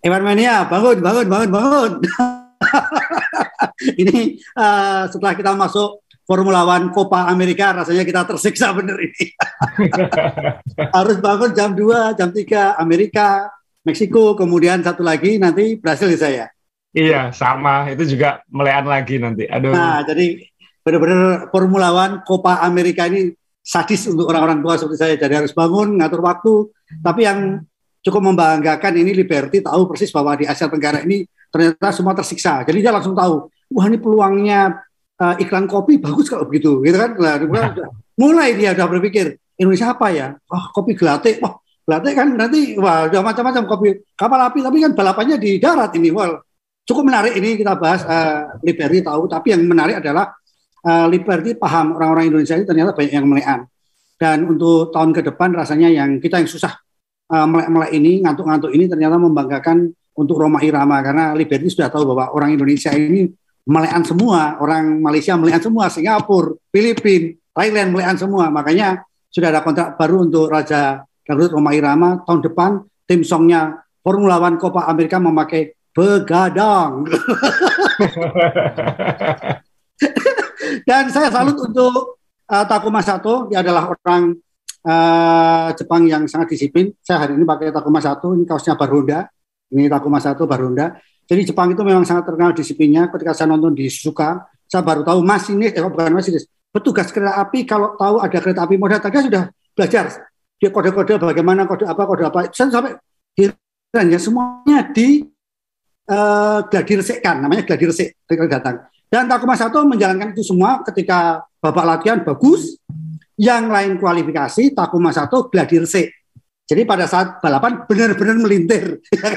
Evan Mania, bangun, bangun, bangun, bangun. Ini setelah kita masuk Formula One Copa America, rasanya kita tersiksa bener ini. Harus bangun jam 2, jam 3, Amerika, Meksiko, kemudian satu lagi nanti Brasil saya. Iya, sama. Itu juga melean lagi nanti. Aduh. Nah, jadi benar-benar Formula One Copa America ini sadis untuk orang-orang tua seperti saya. Jadi harus bangun, ngatur waktu. Tapi yang cukup membanggakan ini Liberty tahu persis bahwa di Asia Tenggara ini ternyata semua tersiksa. Jadi dia langsung tahu, wah ini peluangnya iklan kopi bagus kalau begitu, gitu kan? Nah, mulai dia udah berpikir Indonesia apa ya? Wah kopi Gelate, wah Gelate kan nanti wah udah macam-macam kopi kapal api, tapi kan balapannya di darat ini. Wah cukup menarik ini kita bahas. Liberty tahu, tapi yang menarik adalah Liberty paham orang-orang Indonesia ini ternyata banyak yang melekan. Dan untuk tahun ke depan rasanya yang kita yang susah melek-melek ini, ngantuk-ngantuk ini ternyata membanggakan untuk Rhoma Irama, karena Liberty sudah tahu bahwa orang Indonesia ini melekan semua, orang Malaysia melekan semua, Singapura, Filipina, Thailand melekan semua. Makanya sudah ada kontrak baru untuk Raja Dangdut Rhoma Irama tahun depan. Tim songnya Formula One Copa America memakai Begadang. Dan saya salut untuk Takuma Sato. Dia adalah orang Jepang yang sangat disiplin. Saya hari ini pakai Takuma Sato, ini kaosnya Barhonda. Ini Takuma Sato Barhonda. Jadi Jepang itu memang sangat terkenal disiplinnya. Ketika saya nonton di Suzuka, saya baru tahu bukan masinis, petugas kereta api kalau tahu ada kereta api moda tadi sudah belajar. Dia kode-kode bagaimana, kode apa. Saya sampai ya semuanya di gladiresek, namanya gladiresek ketika datang. Dan Takuma Sato menjalankan itu semua. Ketika babak latihan bagus, yang lain kualifikasi, Takuma Sato gladiresek. Jadi pada saat balapan benar-benar melintir.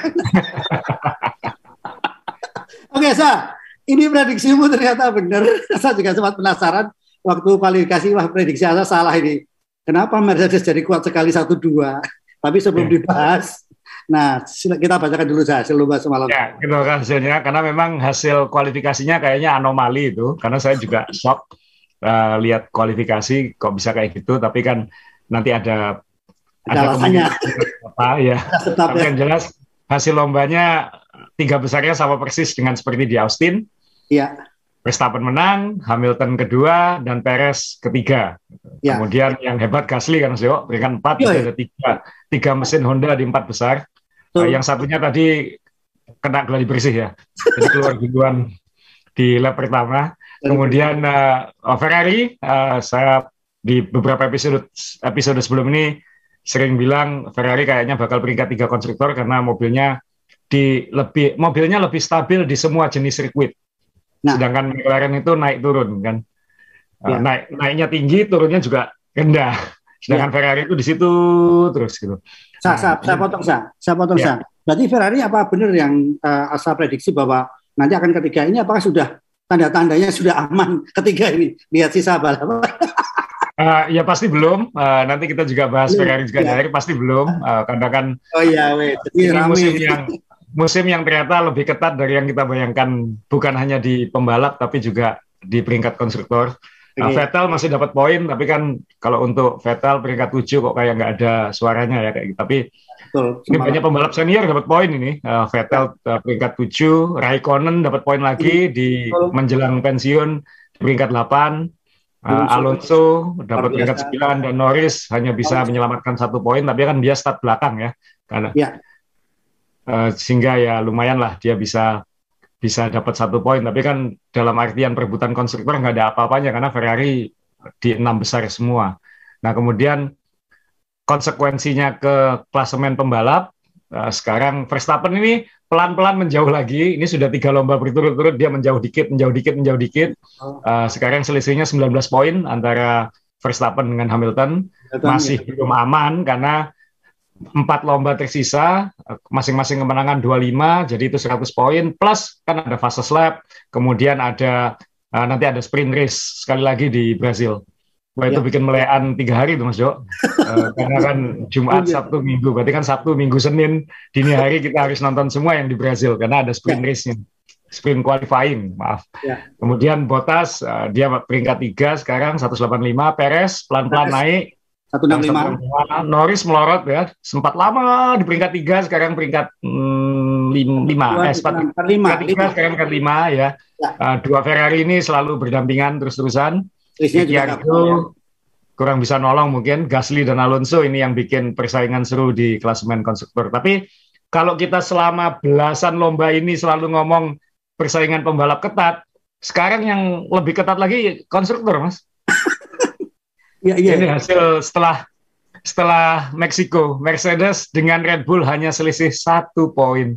Oke, Sa, ini prediksimu ternyata benar. Saya juga sempat penasaran waktu kualifikasi, wah prediksi saya salah ini. Kenapa Mercedes jadi kuat sekali 1-2? Tapi sebelum dibahas, nah kita bacakan dulu hasil lomba semalam. Ya, kita hasilnya, karena memang hasil kualifikasinya kayaknya anomali itu. Karena saya juga shock lihat kualifikasi kok bisa kayak gitu. Tapi kan nanti ada alasannya. Apa ya? Tapi yang jelas hasil lombanya 3 besarnya sama persis dengan seperti di Austin. Iya. Verstappen menang, Hamilton kedua, dan Perez ketiga. Ya. Kemudian yang hebat Gasly kan, peringkat 4, ada 3 mesin Honda di 4 besar. Yang satunya tadi kena gladi bersih ya, jadi keluar duluan di lap pertama. Kemudian Ferrari, saya di beberapa episode sebelum ini sering bilang Ferrari kayaknya bakal peringkat 3 konstruktor karena mobilnya lebih stabil di semua jenis sirkuit. Nah, sedangkan McLaren itu naik turun kan, naiknya tinggi, turunnya juga rendah. Sedangkan Ferrari itu di situ terus gitu. Saya potong. Berarti Ferrari apa benar yang Asa prediksi bahwa nanti akan ketiga ini, apakah sudah tanda-tandanya sudah aman ketiga ini? Lihat sisa balapan. Ya pasti belum. Nanti kita juga bahas Ferrari juga dari pasti belum. Karena kan ini musim yang ternyata lebih ketat dari yang kita bayangkan, bukan hanya di pembalap tapi juga di peringkat konstruktor. Vettel masih dapat poin, tapi kan kalau untuk Vettel peringkat 7 kok kayak nggak ada suaranya ya kayak gitu. Tapi ini banyak pembalap senior dapat poin ini. Vettel peringkat 7, Raikkonen dapat poin lagi di menjelang pensiun peringkat 8. Alonso dapat peringkat 9 dan Norris hanya bisa menyelamatkan 1 poin, tapi kan dia start belakang ya. Karena sehingga ya lumayan lah dia bisa dapat 1 poin, tapi kan dalam artian perebutan konstruktor nggak ada apa-apanya karena Ferrari di 6 besar semua. Nah kemudian konsekuensinya ke klasemen pembalap, sekarang Verstappen ini pelan-pelan menjauh lagi. Ini sudah 3 lomba berturut-turut dia menjauh dikit. Sekarang selisihnya 19 poin antara Verstappen dengan Hamilton. Masih belum aman karena 4 lomba tersisa, masing-masing kemenangan 25, jadi itu 100 poin, plus kan ada fast lap, kemudian ada nanti ada sprint race sekali lagi di Brasil. Wah itu bikin melekan 3 hari tuh Mas Jo. Karena kan Jumat, Sabtu, Minggu, berarti kan Sabtu, Minggu, Senin, dini hari kita harus nonton semua yang di Brasil, karena ada sprint race-nya, sprint qualifying, maaf. Kemudian Bottas, dia peringkat 3 sekarang, 185, Perez pelan-pelan naik, 165. Norris melorot ya, sempat lama di peringkat 3, sekarang peringkat 6 ketiga sekarang kelima ya. Dua Ferrari ini selalu berdampingan terus-terusan. Ricciardo kurang bisa nolong mungkin, Gasly dan Alonso ini yang bikin persaingan seru di klasemen konstruktor. Tapi kalau kita selama belasan lomba ini selalu ngomong persaingan pembalap ketat, sekarang yang lebih ketat lagi konstruktor, Mas. Ini hasil setelah Meksiko, Mercedes dengan Red Bull hanya selisih 1 poin.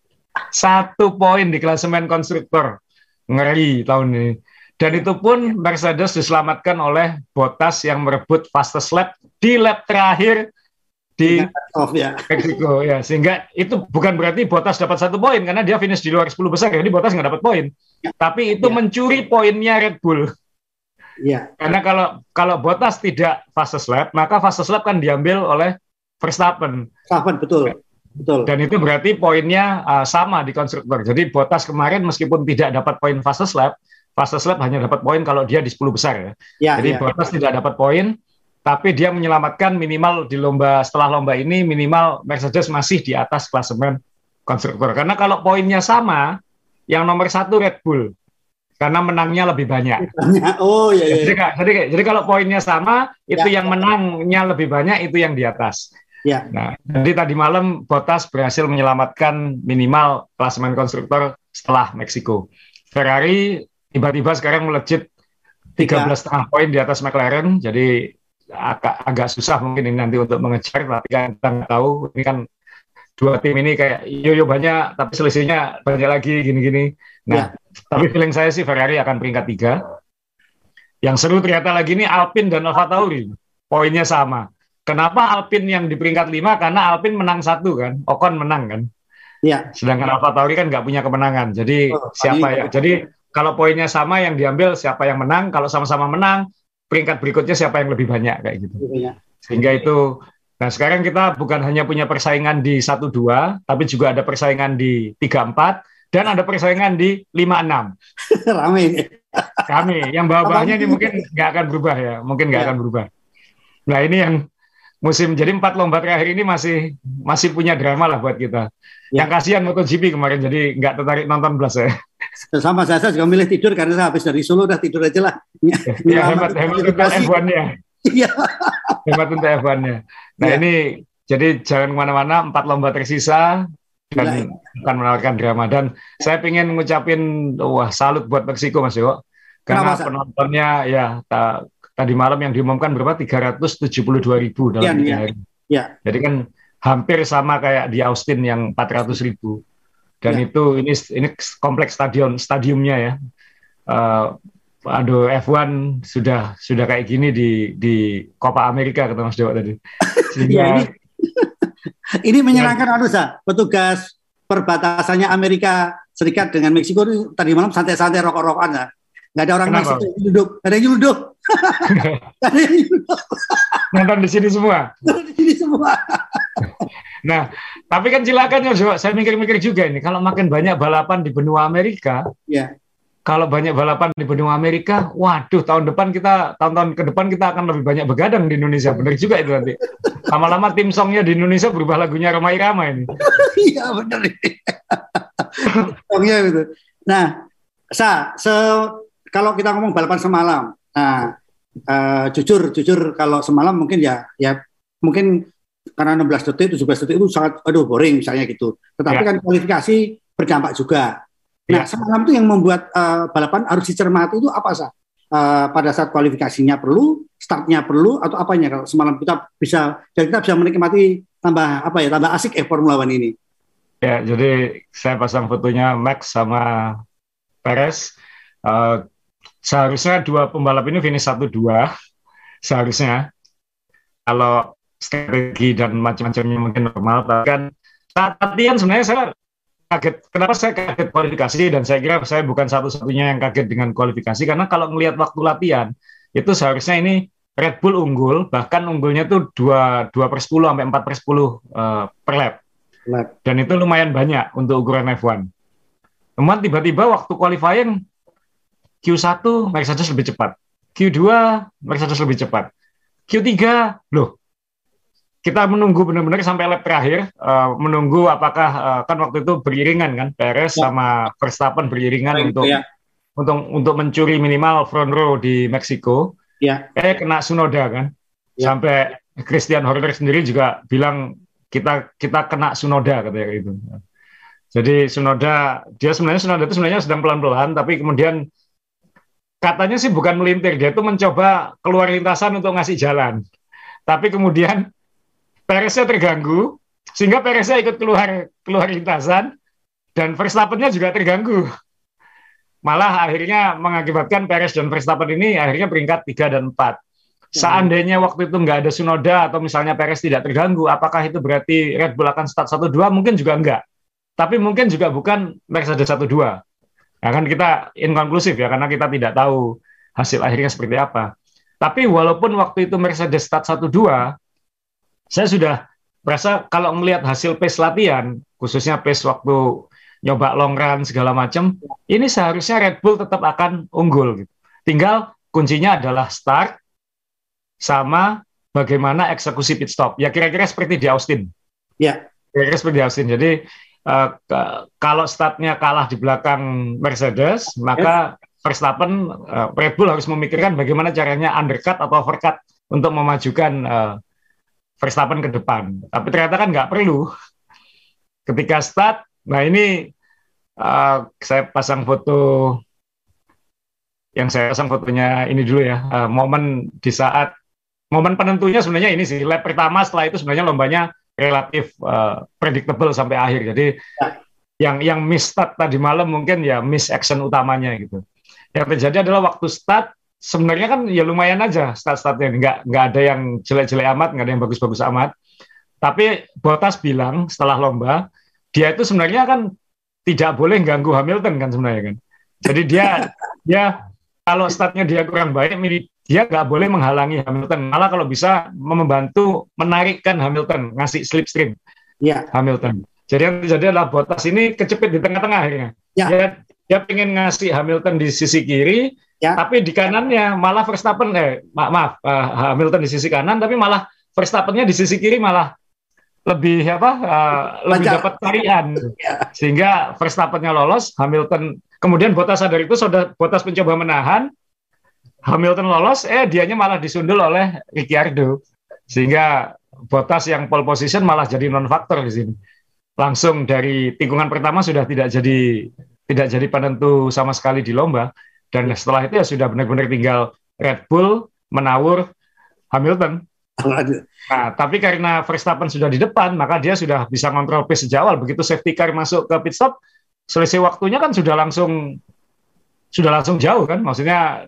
1 poin di klasemen konstruktor. Ngeri tahun ini. Dan itu pun Mercedes diselamatkan oleh Bottas yang merebut fastest lap di lap terakhir di Meksiko ya. Sehingga itu bukan berarti Bottas dapat 1 poin karena dia finish di luar 10 besar, jadi Bottas nggak dapat poin. Tapi itu mencuri poinnya Red Bull. Karena kalau Bottas tidak fastest lap, maka fastest lap kan diambil oleh Verstappen. Betul. Dan itu berarti poinnya sama di konstruktor. Jadi Bottas kemarin meskipun tidak dapat poin fastest lap hanya dapat poin kalau dia di 10 besar ya. Jadi Bottas tidak dapat poin, tapi dia menyelamatkan minimal di setelah lomba ini minimal Mercedes masih di atas klasemen konstruktor. Karena kalau poinnya sama, yang nomor 1 Red Bull karena menangnya lebih banyak. Jadi kalau poinnya sama, itu yang menangnya lebih banyak itu yang di atas. Nah, jadi tadi malam Bottas berhasil menyelamatkan minimal klasemen konstruktor setelah Meksiko. Ferrari tiba-tiba sekarang melejit 13,5 poin di atas McLaren, jadi agak susah mungkin ini nanti untuk mengejar, tapi kan kita nggak tahu, ini kan dua tim ini kayak yo banyak, tapi selisihnya banyak lagi gini-gini. Nah, tapi feeling saya sih Ferrari akan peringkat 3. Yang seru ternyata lagi ini Alpine dan AlphaTauri, poinnya sama. Kenapa Alpine yang di peringkat 5? Karena Alpine menang 1 kan, Ocon menang kan. Sedangkan AlphaTauri kan nggak punya kemenangan. Jadi Jadi kalau poinnya sama yang diambil siapa yang menang, kalau sama-sama menang, peringkat berikutnya siapa yang lebih banyak kayak gitu. Sehingga itu, nah sekarang kita bukan hanya punya persaingan di 1-2, tapi juga ada persaingan di 3-4, dan ada persaingan di 5-6. Rame. Yang bawah-bawahnya ini mungkin nggak akan berubah ya, akan berubah. Nah ini yang jadi 4 lomba terakhir ini masih punya drama lah buat kita. Yang kasihan MotoGP kemarin, jadi nggak tertarik nonton belas ya. Sama saya juga milih tidur karena saya habis dari Solo udah tidur aja lah. Hemat untuk F1-nya. Hemat untuk F1-nya. Nah ini jadi jangan kemana-mana, 4 lomba tersisa dan akan menawarkan drama. Dan saya ingin ngucapin salut buat Meksiko Mas Yo. Karena penontonnya tadi malam yang diumumkan berapa? 372.000 dalam 3 hari. Jadi kan hampir sama kayak di Austin yang 400.000. Dan itu ini kompleks stadiumnya ya. F1 sudah kayak gini di Copa America kata Mas Dewa tadi. Sehingga ini menyenangkan petugas perbatasannya Amerika Serikat dengan Meksiko tadi malam santai-santai rokok-rokokan ya. Nggak ada orang Meksiko yang duduk, ada yang duduk. Nonton di sini semua. Nah, tapi kan silakan ya, saya mikir-mikir juga ini, kalau makin banyak balapan di benua Amerika, waduh, tahun-tahun ke depan kita akan lebih banyak begadang di Indonesia, benar juga itu nanti. Lama-lama tim songnya di Indonesia berubah lagunya Roma Irama ini. Iya benar ini. Songnya gitu. Nah, kalau kita ngomong balapan semalam, jujur kalau semalam mungkin mungkin karena 16 detik, 17 detik itu sangat boring misalnya gitu. Tetapi kan kualifikasi berdampak juga. Nah, semalam itu yang membuat balapan harus dicermati itu apa pada saat kualifikasinya perlu, startnya perlu, atau apanya kalau semalam kita bisa menikmati tambah asik Formula One ini. Ya, jadi saya pasang fotonya Max sama Perez. Seharusnya 2 pembalap ini finish 1-2 seharusnya kalau strategi dan macam-macamnya mungkin normal. Tapi kan saat latihan sebenarnya saya kaget. Kenapa saya kaget kualifikasi, dan saya kira saya bukan satu-satunya yang kaget dengan kualifikasi, karena kalau melihat waktu latihan itu seharusnya ini Red Bull unggul, bahkan unggulnya tuh 2/10 sampai 4/10 per lap. Dan itu lumayan banyak untuk ukuran F1. Kemudian tiba-tiba waktu qualifying Q1 Mercedes lebih cepat, Q2 Mercedes lebih cepat, Q3 loh kita menunggu benar-benar sampai lap terakhir, menunggu apakah kan waktu itu beriringan kan, Perez sama Verstappen beriringan untuk mencuri minimal front row di Meksiko. Kena Tsunoda kan, sampai Christian Horner sendiri juga bilang kita kena Tsunoda katanya gitu. Jadi Tsunoda itu sebenarnya sedang pelan-pelan, tapi kemudian katanya sih bukan melintir, dia itu mencoba keluar lintasan untuk ngasih jalan. Tapi kemudian Pereznya terganggu, sehingga Pereznya ikut keluar lintasan, dan Verstappen-nya juga terganggu. Malah akhirnya mengakibatkan Perez dan Verstappen ini akhirnya peringkat 3 dan 4. Seandainya waktu itu nggak ada Tsunoda atau misalnya Perez tidak terganggu, apakah itu berarti Red Bull akan start 1-2? Mungkin juga enggak. Tapi mungkin juga bukan Mercedes 1-2. Nah, kan kita inkonklusif ya, karena kita tidak tahu hasil akhirnya seperti apa. Tapi walaupun waktu itu Mercedes start 1-2, saya sudah merasa kalau melihat hasil pace latihan, khususnya pace waktu nyoba long run segala macam, ini seharusnya Red Bull tetap akan unggul. Gitu. Tinggal kuncinya adalah start sama bagaimana eksekusi pit stop. Ya kira-kira seperti di Austin. Ya. Kira-kira seperti di Austin. Jadi kalau startnya kalah di belakang Mercedes, maka Verstappen, Red Bull harus memikirkan bagaimana caranya undercut atau overcut untuk memajukan Verstappen ke depan. Tapi ternyata kan nggak perlu. Ketika start, nah ini saya pasang foto, yang saya pasang fotonya ini dulu ya, momen penentunya sebenarnya ini sih, lap pertama, setelah itu sebenarnya lombanya relatif predictable sampai akhir. Jadi yang miss start tadi malam mungkin ya miss action utamanya gitu. Yang terjadi adalah waktu start sebenarnya kan ya lumayan aja start-startnya, nggak ada yang jelek-jelek amat, nggak ada yang bagus-bagus amat. Tapi Bottas bilang setelah lomba, dia itu sebenarnya kan tidak boleh ganggu Hamilton kan sebenarnya kan. Jadi dia kalau startnya dia kurang baik, dia nggak boleh menghalangi Hamilton. Malah kalau bisa membantu menarikkan Hamilton, ngasih slipstream Hamilton. Jadi yang terjadi adalah Bottas ini kecepit di tengah-tengah akhirnya. Dia pengen ngasih Hamilton di sisi kiri, tapi di kanannya malah Verstappen, Hamilton di sisi kanan, tapi malah Verstappen-nya di sisi kiri malah lebih lebih dapat tarian, sehingga Verstappen-nya lolos, Hamilton kemudian Bottas sadar itu, Bottas mencoba menahan, Hamilton lolos, dianya malah disundul oleh Ricciardo, sehingga Bottas yang pole position malah jadi non faktor di sini. Langsung dari tikungan pertama sudah tidak jadi penentu sama sekali di lomba, dan setelah itu ya sudah benar-benar tinggal Red Bull menawur Hamilton. Nah, tapi karena Verstappen sudah di depan, maka dia sudah bisa kontrol pace sejak awal. Begitu safety car masuk ke pit stop, selisih waktunya kan sudah langsung jauh kan. Maksudnya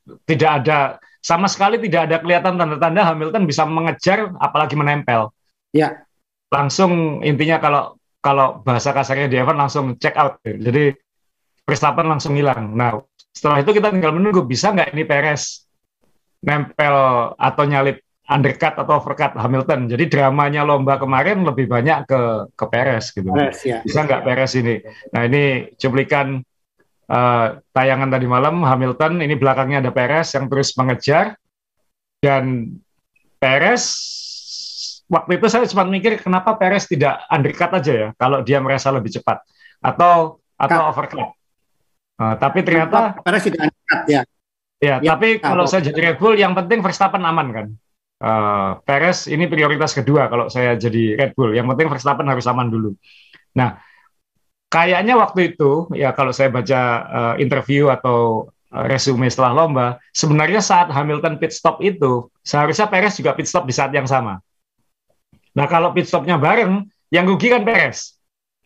sama sekali tidak ada kelihatan tanda-tanda Hamilton bisa mengejar, apalagi menempel. Ya. Langsung intinya kalau bahasa kasarnya di F1 langsung check out. Jadi Verstappen langsung hilang. Nah, setelah itu kita tinggal menunggu bisa nggak ini Perez nempel atau nyalip undercut atau overcut Hamilton. Jadi dramanya lomba kemarin lebih banyak ke Perez gitu. Bisa nggak Perez ini? Nah, ini cuplikan tayangan tadi malam Hamilton, ini belakangnya ada Perez yang terus mengejar, dan Perez waktu itu saya cuma mikir kenapa Perez tidak undercut aja ya kalau dia merasa lebih cepat atau overcut. Tapi ternyata Perez tidak undercut ya. Ya, tapi kalau saya jadi Red Bull yang penting Verstappen aman kan. Perez ini prioritas kedua kalau saya jadi Red Bull. Yang penting Verstappen harus aman dulu. Nah, kayaknya waktu itu ya kalau saya baca interview atau resume setelah lomba, sebenarnya saat Hamilton pit stop itu seharusnya Perez juga pit stop di saat yang sama. Nah, kalau pit stopnya bareng, yang rugi kan Perez.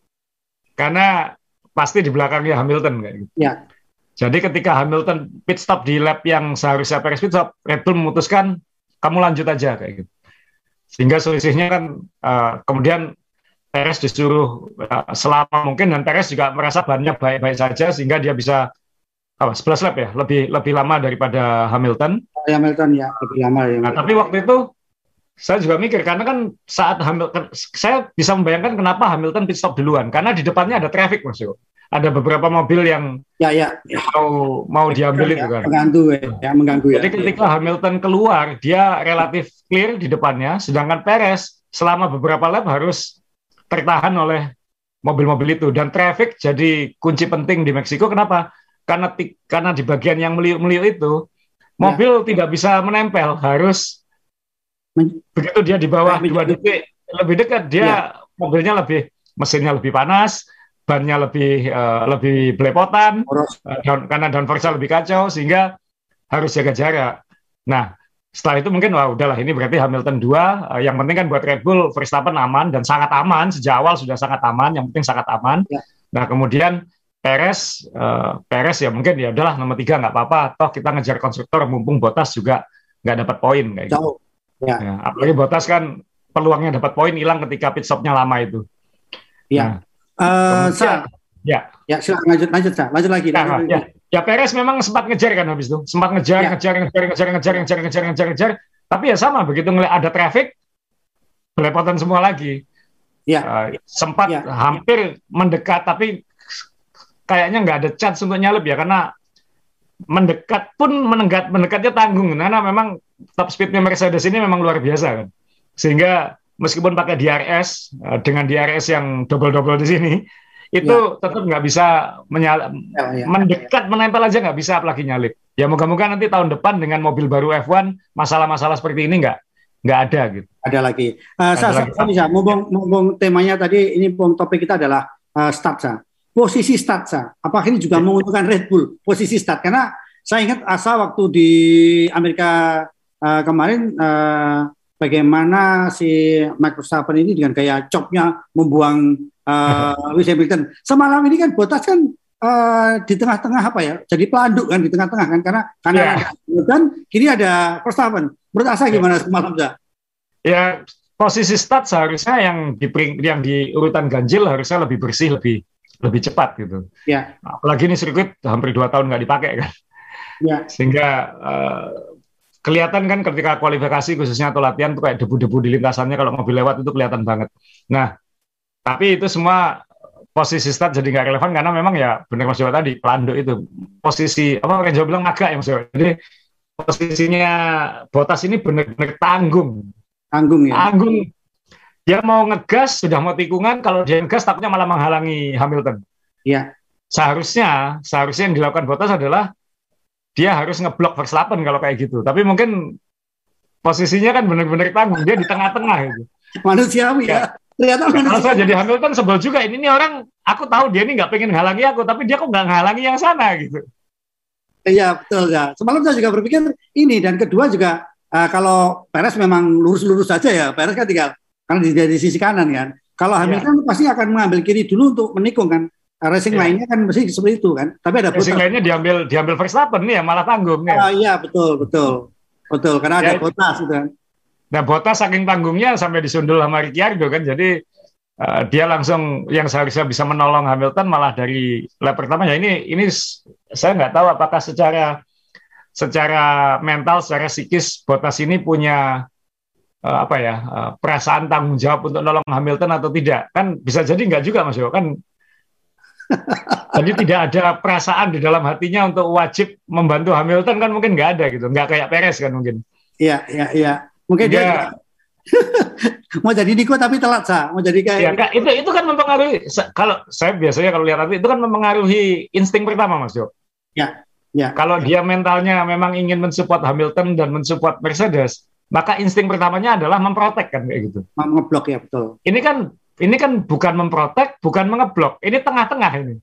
Karena pasti di belakangnya Hamilton kayak gitu. Ya. Jadi ketika Hamilton pit stop di lap yang seharusnya Perez pit stop, Red Bull memutuskan kamu lanjut aja kayak gitu. Sehingga selisihnya kan kemudian Perez disuruh selama mungkin, dan Perez juga merasa bannya baik-baik saja sehingga dia bisa 11 lap ya, lebih lama daripada Hamilton. Hamilton ya, lebih lama ya. Nah, tapi waktu itu saya juga mikir karena kan saat Hamilton, saya bisa membayangkan kenapa Hamilton pit stop duluan, karena di depannya ada traffic Mas Yo. ada beberapa mobil yang mau diambil itu kan. Mengganggu ya. Jadi ketika Hamilton keluar, dia relatif clear di depannya, sedangkan Perez selama beberapa lap harus tertahan oleh mobil-mobil itu. Dan traffic jadi kunci penting di Meksiko. Kenapa? Karena di bagian yang meliuk-meliuk itu, mobil tidak bisa menempel, harus begitu dia di bawah 2 detik lebih dekat, dia mobilnya mesinnya lebih panas, bannya lebih belepotan, karena downforce-nya lebih kacau, sehingga harus jaga jarak. Nah, setelah itu mungkin udahlah, ini berarti Hamilton 2, yang penting kan buat Red Bull Verstappen aman, dan sangat aman, sejak awal sudah sangat aman, yang penting sangat aman. Nah, kemudian Perez ya mungkin ya udahlah nomor 3 nggak apa-apa, toh kita ngejar konstruktor, mumpung Bottas juga nggak dapat poin kayak gitu. Ya, apalagi Bottas kan peluangnya dapat poin hilang ketika pit stopnya lama itu. Ya. Silakan lanjut lagi. Ya Perez memang sempat ngejar kan habis itu, sempat ngejar, tapi ya sama, begitu ngeliat ada traffic, belepotan semua lagi. Sempat hampir mendekat, tapi kayaknya nggak ada chance untuk nyalip ya, karena mendekatnya tanggung, karena memang top speednya Mercedes ini memang luar biasa kan, sehingga meskipun pakai DRS dengan DRS yang double di sini itu tetap nggak bisa mendekat, menempel aja nggak bisa, apalagi nyalip. Ya moga-moga nanti tahun depan dengan mobil baru F1 masalah-masalah seperti ini nggak ada gitu. Ada lagi. Saya bisa ngomong temanya tadi, ini topik kita adalah start. Posisi start, apakah ini juga menguntungkan Red Bull posisi start? Karena saya ingat waktu di Amerika kemarin, bagaimana si Max Verstappen ini dengan gaya chopnya membuang Lewis Hamilton. Semalam ini kan Bottas kan di tengah-tengah jadi pelanduk kan di tengah-tengah kan, karena dan kini ada Verstappen. Menurut Asa gimana semalam Ya, posisi start seharusnya yang di urutan ganjil harusnya lebih bersih, lebih cepat gitu. Apalagi ini sirkuit hampir 2 tahun nggak dipakai kan. Sehingga kelihatan kan ketika kualifikasi khususnya atau latihan tuh kayak debu-debu di lintasannya kalau mobil lewat itu kelihatan banget. Nah, tapi itu semua posisi start jadi nggak relevan, karena memang ya benar Mas Jawa tadi, pelanduk itu posisi Renzo bilang agak ya Mas Jawa. Jadi posisinya Bottas ini benar-benar tanggung. Dia mau ngegas, sudah mau tikungan, kalau dia ngegas takutnya malah menghalangi Hamilton. Seharusnya yang dilakukan Bottas adalah dia harus ngeblok Verstappen kalau kayak gitu. Tapi mungkin posisinya kan benar-benar tanggung, dia di tengah-tengah itu. Manusiawi ya. Kalau saya jadi Hamilton sebel juga, ini orang, aku tahu dia ini nggak pengen halangi aku, tapi dia kok nggak ngalangi yang sana gitu. Iya betul ya. Semalam saya juga berpikir ini, dan kedua juga kalau Perez memang lurus-lurus saja ya, Perez kan tinggal karena di sisi kanan kan. Kalau Hamilton pasti akan mengambil kiri dulu untuk menikung kan. Racing lainnya kan mesti seperti itu kan. Tapi ada racing lainnya diambil Verstappen nih ya, malah tanggung ya. Iya betul karena ada Bottas gitu kan. Nah Bottas saking tanggungnya sampai disundul sama Ricciardo kan, jadi dia langsung yang seharusnya bisa menolong Hamilton malah dari lap pertama ya. Ini saya nggak tahu apakah secara mental, secara psikis Bottas ini punya perasaan tanggung jawab untuk nolong Hamilton atau tidak, kan bisa jadi nggak juga Mas Yo kan. Jadi tidak ada perasaan di dalam hatinya untuk wajib membantu Hamilton kan, mungkin nggak ada gitu, nggak kayak Perez kan mungkin. Iya. Mungkin dia mau jadi Nico tapi telat mau jadi kayak. Itu kan mempengaruhi. Kalau saya biasanya kalau lihat itu kan mempengaruhi insting pertama Mas Jo. Ya. Kalau dia mentalnya memang ingin mensupport Hamilton dan mensupport Mercedes, maka insting pertamanya adalah memprotek kan kayak gitu. Ngeblok ya betul. Ini kan bukan memprotek, bukan mengeblok. Ini tengah-tengah ini.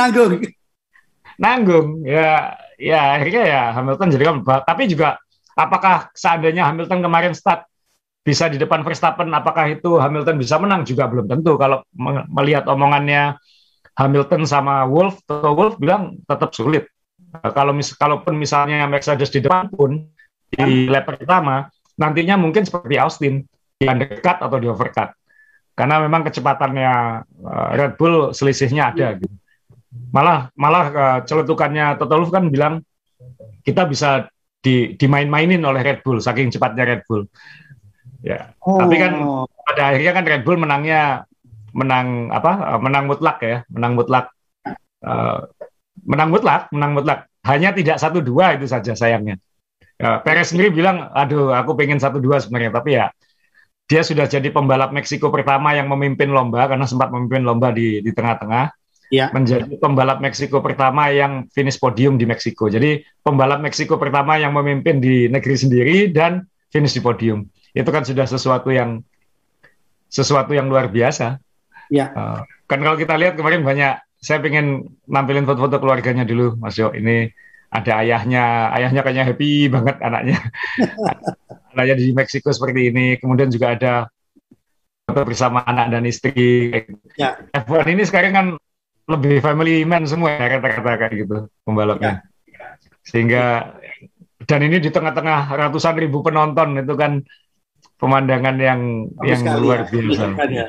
Nanggung. Ya akhirnya ya Hamilton jadi kan. Tapi juga apakah seandainya Hamilton kemarin start bisa di depan Verstappen, apakah itu Hamilton bisa menang juga belum tentu. Kalau melihat omongannya Hamilton sama Wolff bilang tetap sulit. Kalaupun misalnya Mercedes di depan pun di lap pertama, nantinya mungkin seperti Austin, di undercut atau di overcut. Karena memang kecepatannya Red Bull selisihnya ada. Gitu. Malah celetukannya Toto Wolff kan bilang kita bisa dimain-mainin oleh Red Bull saking cepatnya Red Bull. Ya. Tapi kan pada akhirnya kan Red Bull menang mutlak ya, menang mutlak menang mutlak. Hanya tidak 1-2 itu saja sayangnya. Perez sendiri bilang, aduh, aku pengen 1-2 sebenarnya, tapi ya dia sudah jadi pembalap Meksiko pertama yang memimpin lomba karena sempat memimpin lomba di tengah-tengah. Ya. Menjadi pembalap Meksiko pertama yang finish podium di Meksiko. Jadi pembalap Meksiko pertama yang memimpin di negeri sendiri dan finish di podium. Itu kan sudah sesuatu yang luar biasa. Ya. Kan kalau kita lihat kemarin banyak, saya pengen nampilin foto-foto keluarganya dulu, Mas Jo. Ini ada ayahnya kayaknya happy banget anaknya. Anaknya di Meksiko seperti ini. Kemudian juga ada foto bersama anak dan istri. Ya. F1 ini sekarang kan lebih family man semua ya, kata-kata kayak gitu pembalapnya. Ya. Sehingga dan ini di tengah-tengah ratusan ribu penonton, itu kan pemandangan yang luar biasa.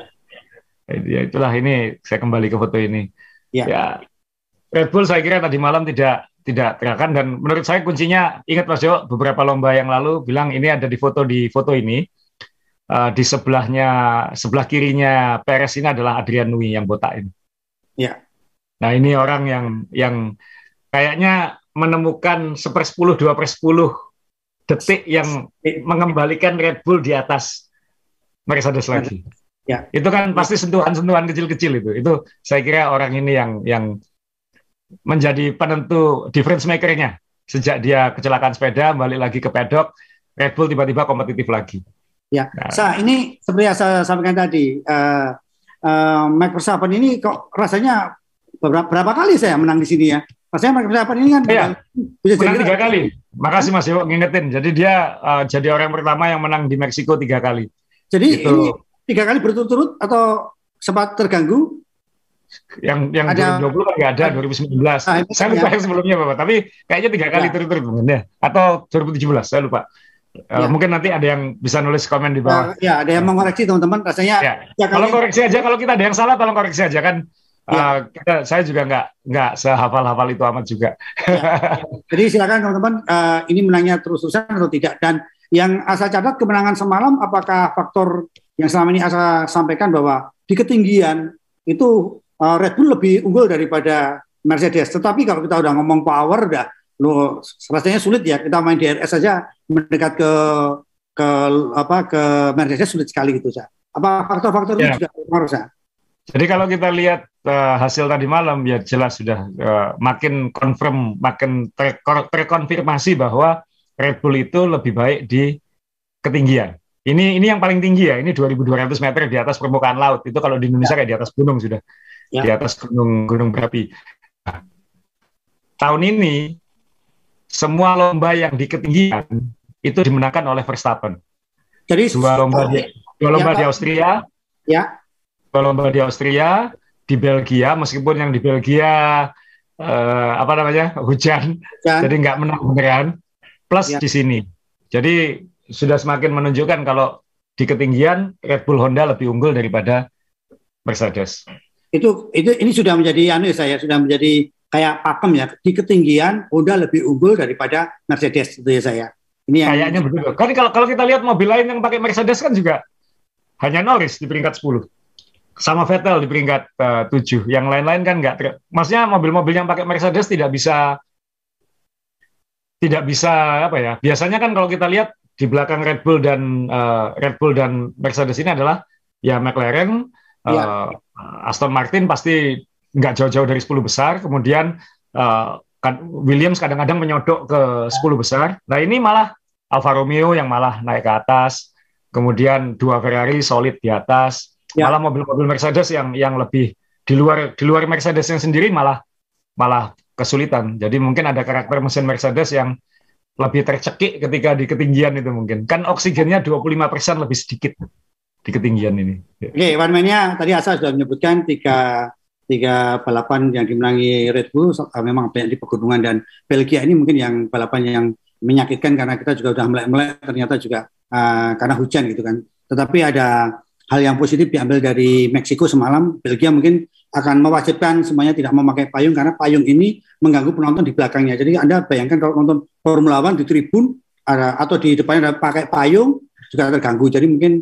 Ya, itulah, ini saya kembali ke foto ini. Ya, Red Bull saya kira tadi malam tidak terakan, dan menurut saya kuncinya, ingat Mas Jo, beberapa lomba yang lalu bilang ini ada di foto ini di sebelah kirinya Perez ini adalah Adrian Newey yang botak ini. Ya. Nah, ini orang yang kayaknya menemukan 1/10, 2/10 detik yang mengembalikan Red Bull di atas Mercedes lagi. Ya. Itu kan pasti sentuhan-sentuhan kecil-kecil itu. Itu saya kira orang ini yang menjadi penentu difference maker-nya. Sejak dia kecelakaan sepeda, balik lagi ke pedok, Red Bull tiba-tiba kompetitif lagi. Ya, nah, ini seperti yang saya sampaikan tadi, Max Verstappen ini kok rasanya berapa kali saya menang di sini ya? Rasanya Max Verstappen ini kan bisa menang 3 kali. Makasih Mas Yo ngingetin. Jadi dia jadi orang pertama yang menang di Meksiko 3 kali. Jadi gitu. Ini 3 kali berturut-turut atau sempat terganggu? Yang ada, 2020 kan nggak ada, 2019. Saya lupa yang sebelumnya Bapak, tapi kayaknya 3 kali turut-turut mungkin ya. Atau 2017, saya lupa. Mungkin nanti ada yang bisa nulis komen di bawah. Ya, ada yang mengoreksi teman-teman. Rasanya. Ya, kalau koreksi aja, kalau kita ada yang salah, tolong koreksi aja kan. Saya juga nggak sehafal-hafal itu amat juga. Ya. Jadi silakan teman-teman, ini menangnya terus-terusan atau tidak. Dan yang Asa catat kemenangan semalam, apakah faktor yang selama ini Asa sampaikan bahwa di ketinggian itu Red Bull lebih unggul daripada Mercedes. Tetapi kalau kita udah ngomong power, udah rasanya sulit ya. Kita main DRS saja mendekat ke Mercedes sulit sekali gitu, Sa. Apa faktor-faktor itu juga berpengaruh, Sa? Jadi kalau kita lihat hasil tadi malam, ya jelas sudah makin confirm, makin terkonfirmasi bahwa Red Bull itu lebih baik di ketinggian. Ini yang paling tinggi ya, ini 2.200 meter di atas permukaan laut. Itu kalau di Indonesia kayak di atas gunung sudah, di atas gunung berapi. Nah, tahun ini semua lomba yang di ketinggian itu dimenangkan oleh Verstappen. Jadi dua lomba di Austria, dua lomba di Austria, di Belgia, meskipun yang di Belgia hujan, jadi nggak menang beneran. Plus di sini, jadi sudah semakin menunjukkan kalau di ketinggian Red Bull Honda lebih unggul daripada Mercedes. Ini sudah menjadi sudah menjadi kayak pakem ya, di ketinggian Honda lebih unggul daripada Mercedes itu ya saya. Ini yang kayaknya begitu. Kan kalau kita lihat mobil lain yang pakai Mercedes kan juga hanya Norris di peringkat 10. Sama Vettel di peringkat 7. Yang lain-lain kan enggak. Maksudnya mobil-mobil yang pakai Mercedes tidak bisa biasanya kan kalau kita lihat di belakang Red Bull dan Mercedes ini adalah ya McLaren, Aston Martin pasti nggak jauh-jauh dari 10 besar, kemudian Williams kadang-kadang menyodok ke 10 besar. Nah ini malah Alfa Romeo yang malah naik ke atas, kemudian 2 Ferrari solid di atas, malah mobil-mobil Mercedes yang lebih di luar Mercedes yang sendiri malah kesulitan. Jadi mungkin ada karakter mesin Mercedes yang lebih tercekik ketika di ketinggian itu mungkin. Kan oksigennya 25% lebih sedikit di ketinggian ini. Oke, one-man-nya tadi Asa sudah menyebutkan tiga balapan yang dimenangi Red Bull memang banyak di pegunungan, dan Belgia ini mungkin yang balapan yang menyakitkan karena kita juga sudah melek ternyata juga karena hujan gitu kan. Tetapi ada hal yang positif diambil dari Meksiko semalam. Belgia mungkin akan mewajibkan semuanya tidak memakai payung karena payung ini mengganggu penonton di belakangnya. Jadi Anda bayangkan kalau nonton Formula One di tribun atau di depannya ada pakai payung juga terganggu. Jadi mungkin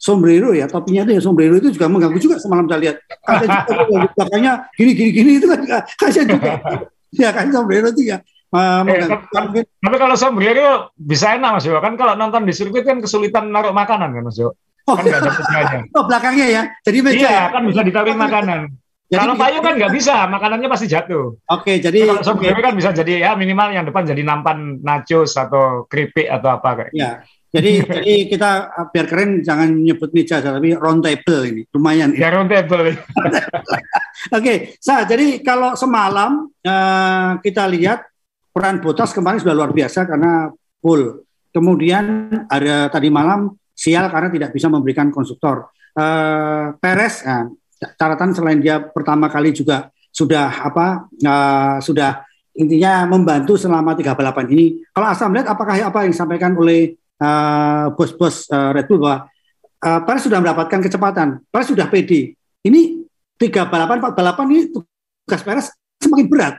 sombrero ya, topinya itu ya sombrero itu juga mengganggu juga semalam saya lihat. Kasian juga belakangnya gini itu kan juga kasian juga. Ya kan sombrero itu ya. Tapi kalau sombrero bisa enak Mas Jo. Kan kalau nonton di sirkuit kan kesulitan naruh makanan kan Mas Jo. Kan nggak ada mejanya. Oh belakangnya ya, jadi meja. Iya kan bisa ditaruh makanan. Jadi kalau payung kan nggak bisa, makanannya pasti jatuh. Oke, jadi kalau sombrero kan bisa jadi ya minimal yang depan jadi nampan nachos atau keripik atau apa kayak. Ya. Jadi kita biar keren jangan nyebut meja tapi round table ini lumayan. Ya round table. Oke, jadi kalau semalam kita lihat peran Bottas kemarin sudah luar biasa karena pole. Kemudian ada tadi malam sial karena tidak bisa memberikan konstruktor. Perez, catatan selain dia pertama kali juga sudah sudah intinya membantu selama 3 balapan ini. Kalau Asa melihat apakah apa yang disampaikan oleh bos-bos Red Bull bahwa Perez sudah mendapatkan kecepatan, Perez sudah PD. Ini 3 balapan, 4 balapan ini tugas Perez semakin berat.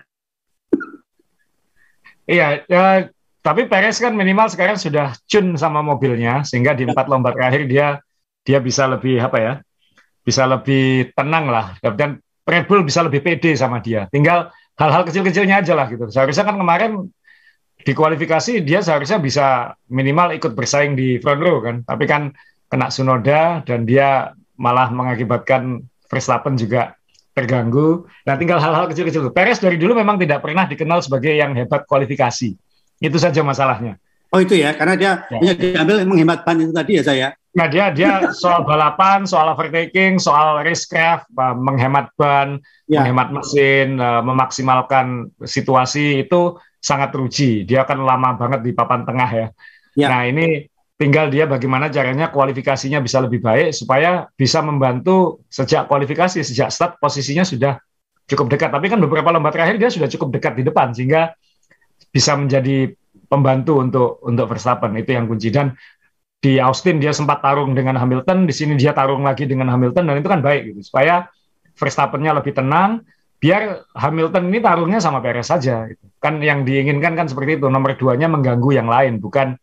Iya, tapi Perez kan minimal sekarang sudah tune sama mobilnya sehingga di 4 lomba terakhir dia bisa lebih bisa lebih tenang lah, dan Red Bull bisa lebih pede sama dia. Tinggal hal-hal kecil-kecilnya aja lah gitu. Seharusnya kan kemarin di kualifikasi dia seharusnya bisa minimal ikut bersaing di front row kan, tapi kan kena Tsunoda dan dia malah mengakibatkan Verstappen juga terganggu. Nah tinggal hal-hal kecil-kecil. Perez dari dulu memang tidak pernah dikenal sebagai yang hebat kualifikasi. Itu saja masalahnya. Oh itu ya, karena dia diambil menghemat ban itu tadi ya saya. Nah dia soal balapan, soal overtaking, soal racecraft, menghemat ban, menghemat mesin, memaksimalkan situasi itu sangat teruji. Dia kan lama banget di papan tengah ya. Nah ini tinggal dia bagaimana caranya kualifikasinya bisa lebih baik supaya bisa membantu sejak kualifikasi, sejak start posisinya sudah cukup dekat. Tapi kan beberapa lomba terakhir dia sudah cukup dekat di depan sehingga bisa menjadi pembantu untuk Verstappen. Itu yang kunci. Dan di Austin dia sempat tarung dengan Hamilton, di sini dia tarung lagi dengan Hamilton, dan itu kan baik gitu. Supaya Verstappen-nya lebih tenang, biar Hamilton ini tarungnya sama Perez saja. Gitu. Kan yang diinginkan kan seperti itu, nomor 2-nya mengganggu yang lain, bukan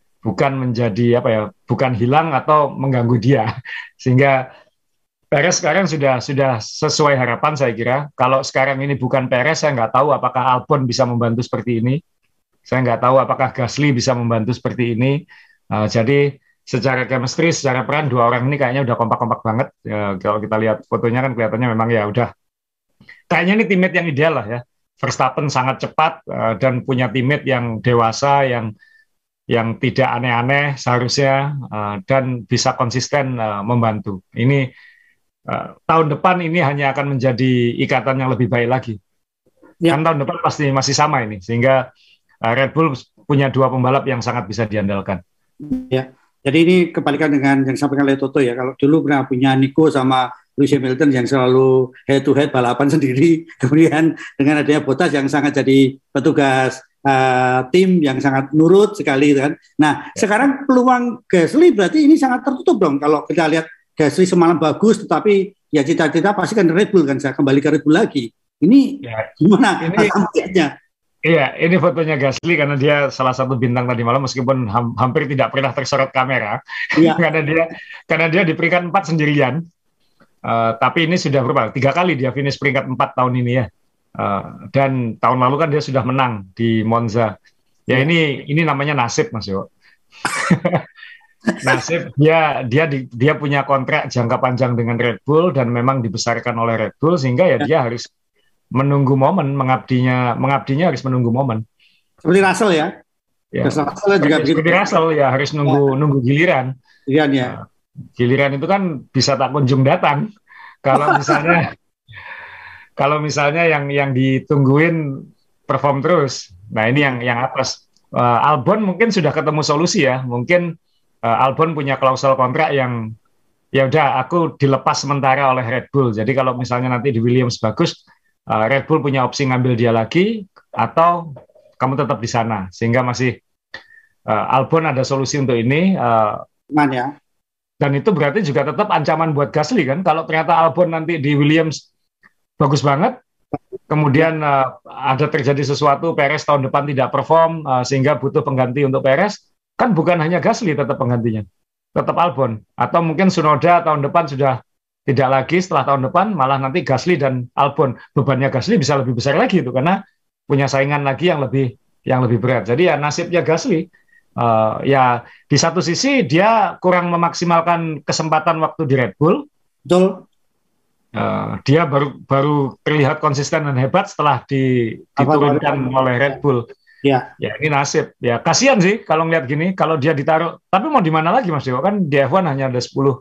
menjadi bukan hilang atau mengganggu dia. Sehingga Perez sekarang sudah sesuai harapan saya kira. Kalau sekarang ini bukan Perez, saya nggak tahu apakah Albon bisa membantu seperti ini. Saya nggak tahu apakah Gasly bisa membantu seperti ini. Jadi secara chemistry, secara peran dua orang ini kayaknya udah kompak-kompak banget. Kalau kita lihat fotonya kan kelihatannya memang ya udah. Kayaknya ini teammate yang ideal lah ya. Verstappen sangat cepat dan punya teammate yang dewasa, yang tidak aneh-aneh seharusnya, dan bisa konsisten membantu. Ini tahun depan ini hanya akan menjadi ikatan yang lebih baik lagi. Kan tahun depan pasti masih sama ini. Sehingga Red Bull punya 2 pembalap yang sangat bisa diandalkan. Ya, jadi ini kebalikan dengan yang disampaikan oleh Toto ya. Kalau dulu pernah punya Nico sama Lewis Hamilton yang selalu head to head balapan sendiri, kemudian dengan adanya Bottas yang sangat jadi petugas tim yang sangat nurut sekali kan. Nah, sekarang peluang Gasly berarti ini sangat tertutup dong. Kalau kita lihat Gasly semalam bagus, tetapi ya cita-cita pasti kan Red Bull kan, saya kembali ke Red Bull lagi. Ini gimana? Iya, ini fotonya Gasly karena dia salah satu bintang tadi malam meskipun hampir tidak pernah tersorot kamera. karena dia di peringkat 4 sendirian. Tapi ini sudah berapa? 3 kali dia finish peringkat 4 tahun ini ya. Dan tahun lalu kan dia sudah menang di Monza. Ya ini namanya nasib Mas Yo. Nasib dia punya kontrak jangka panjang dengan Red Bull dan memang dibesarkan oleh Red Bull sehingga ya dia harus menunggu momen, mengabdinya harus menunggu momen. Seperti Russell ya. Russell juga seperti Russell ya harus nunggu giliran. Ya. Giliran itu kan bisa tak kunjung datang. Kalau misalnya yang ditungguin perform terus. Nah ini yang atas. Albon mungkin sudah ketemu solusi ya. Mungkin Albon punya klausul kontrak yang ya udah aku dilepas sementara oleh Red Bull. Jadi kalau misalnya nanti di Williams bagus, Red Bull punya opsi ngambil dia lagi atau kamu tetap di sana sehingga masih Albon ada solusi untuk ini dan itu berarti juga tetap ancaman buat Gasly kan kalau ternyata Albon nanti di Williams bagus banget kemudian ada terjadi sesuatu Perez tahun depan tidak perform sehingga butuh pengganti untuk Perez kan bukan hanya Gasly tetap penggantinya tetap Albon. Atau mungkin Tsunoda tahun depan sudah tidak lagi, setelah tahun depan malah nanti Gasly dan Albon. Bebannya Gasly bisa lebih besar lagi itu karena punya saingan lagi yang lebih berat. Jadi ya nasibnya Gasly. Ya di satu sisi dia kurang memaksimalkan kesempatan waktu di Red Bull. Betul. Dia baru terlihat konsisten dan hebat setelah diturunkan oleh Red Bull. Ya. Ya ini nasib. Ya kasihan sih kalau ngeliat gini. Kalau dia ditaruh, tapi mau di mana lagi Mas Dewa? Kan di F1 hanya ada 10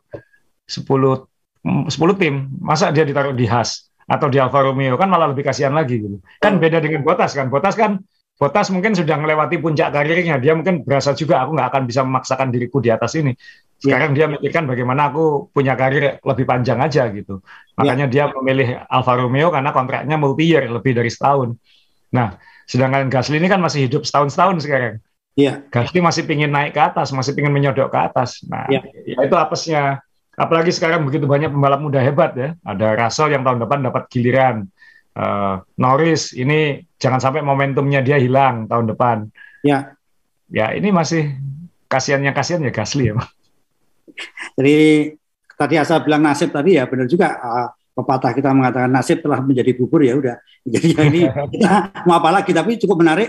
tim. Masa dia ditaruh di Haas atau di Alfa Romeo, kan malah lebih kasihan lagi gitu. Kan beda dengan Bottas kan. Bottas mungkin sudah melewati puncak karirnya. Dia mungkin berasa juga aku nggak akan bisa memaksakan diriku di atas ini. Sekarang dia mikirkan bagaimana aku punya karir lebih panjang aja gitu. Makanya dia memilih Alfa Romeo karena kontraknya multi-year, lebih dari setahun. Nah, sedangkan Gasly ini kan masih hidup setahun sekarang. Gasly masih pingin naik ke atas, masih pingin menyodok ke atas. Nah, ya itu apesnya. Apalagi sekarang begitu banyak pembalap muda hebat ya. Ada Russell yang tahun depan dapat giliran. Norris ini jangan sampai momentumnya dia hilang tahun depan. Ya ini masih kasihannya Gasly ya. Jadi tadi asal bilang nasib tadi ya benar juga, pepatah kita mengatakan nasib telah menjadi bubur ya udah. Jadi ini kita mau apa lagi, tapi cukup menarik.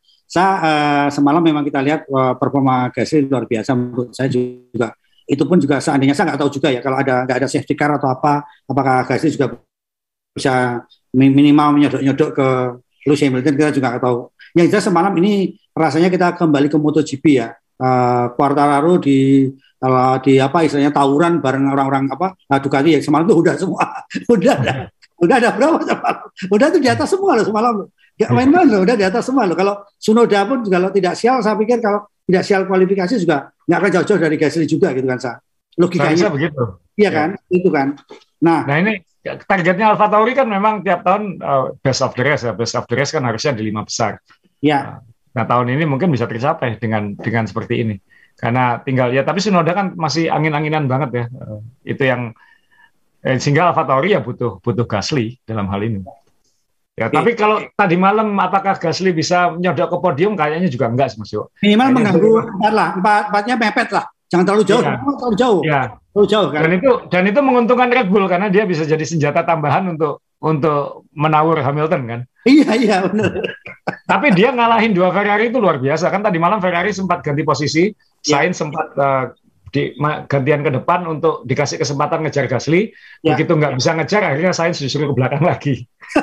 Semalam memang kita lihat performa Gasly luar biasa menurut saya juga. Itu pun juga seandainya saya nggak tahu juga ya kalau nggak ada safety car atau apakah Gasly juga bisa minimal menyodok ke Lewis Hamilton, kita juga nggak tahu. Yang jelas semalam ini rasanya kita kembali ke MotoGP ya. Quartararo di istilahnya tawuran bareng orang-orang Ducati ya semalam itu udah semua. udah ada berapa semalam? Udah tuh di atas semua loh semalam. Nggak main-main loh, udah di atas semua loh. Kalau Tsunoda pun kalau tidak sial, saya pikir kalau tidak sial kualifikasi juga nggak akan jauh-jauh dari Gasly juga gitu kan, logikanya begitu. Iya kan, itu kan. Nah ini targetnya Alfa Tauri kan memang tiap tahun best of the rest ya. Best of the rest kan harusnya di 5 besar. Ya. Nah tahun ini mungkin bisa tercapai dengan seperti ini. Karena tinggal ya, tapi Tsunoda kan masih angin-anginan banget ya. Itu yang sehingga Alfa Tauri ya butuh Gasly dalam hal ini. Ya, tapi kalau tadi malam apakah Gasly bisa nyodok ke podium? Kayaknya juga enggak sih Mas Yo. Minimal mengganggu empatnya mepet lah. Jangan terlalu jauh, terlalu jauh. Ya. Terlalu jauh kan. Dan itu menguntungkan Red Bull karena dia bisa jadi senjata tambahan untuk menawar Hamilton kan. Iya benar. Tapi dia ngalahin 2 Ferrari itu luar biasa kan. Tadi malam Ferrari sempat ganti posisi, Sainz sempat gantian ke depan untuk dikasih kesempatan ngejar Gasly. Begitu nggak bisa ngejar, akhirnya Sainz disuruh ke belakang lagi.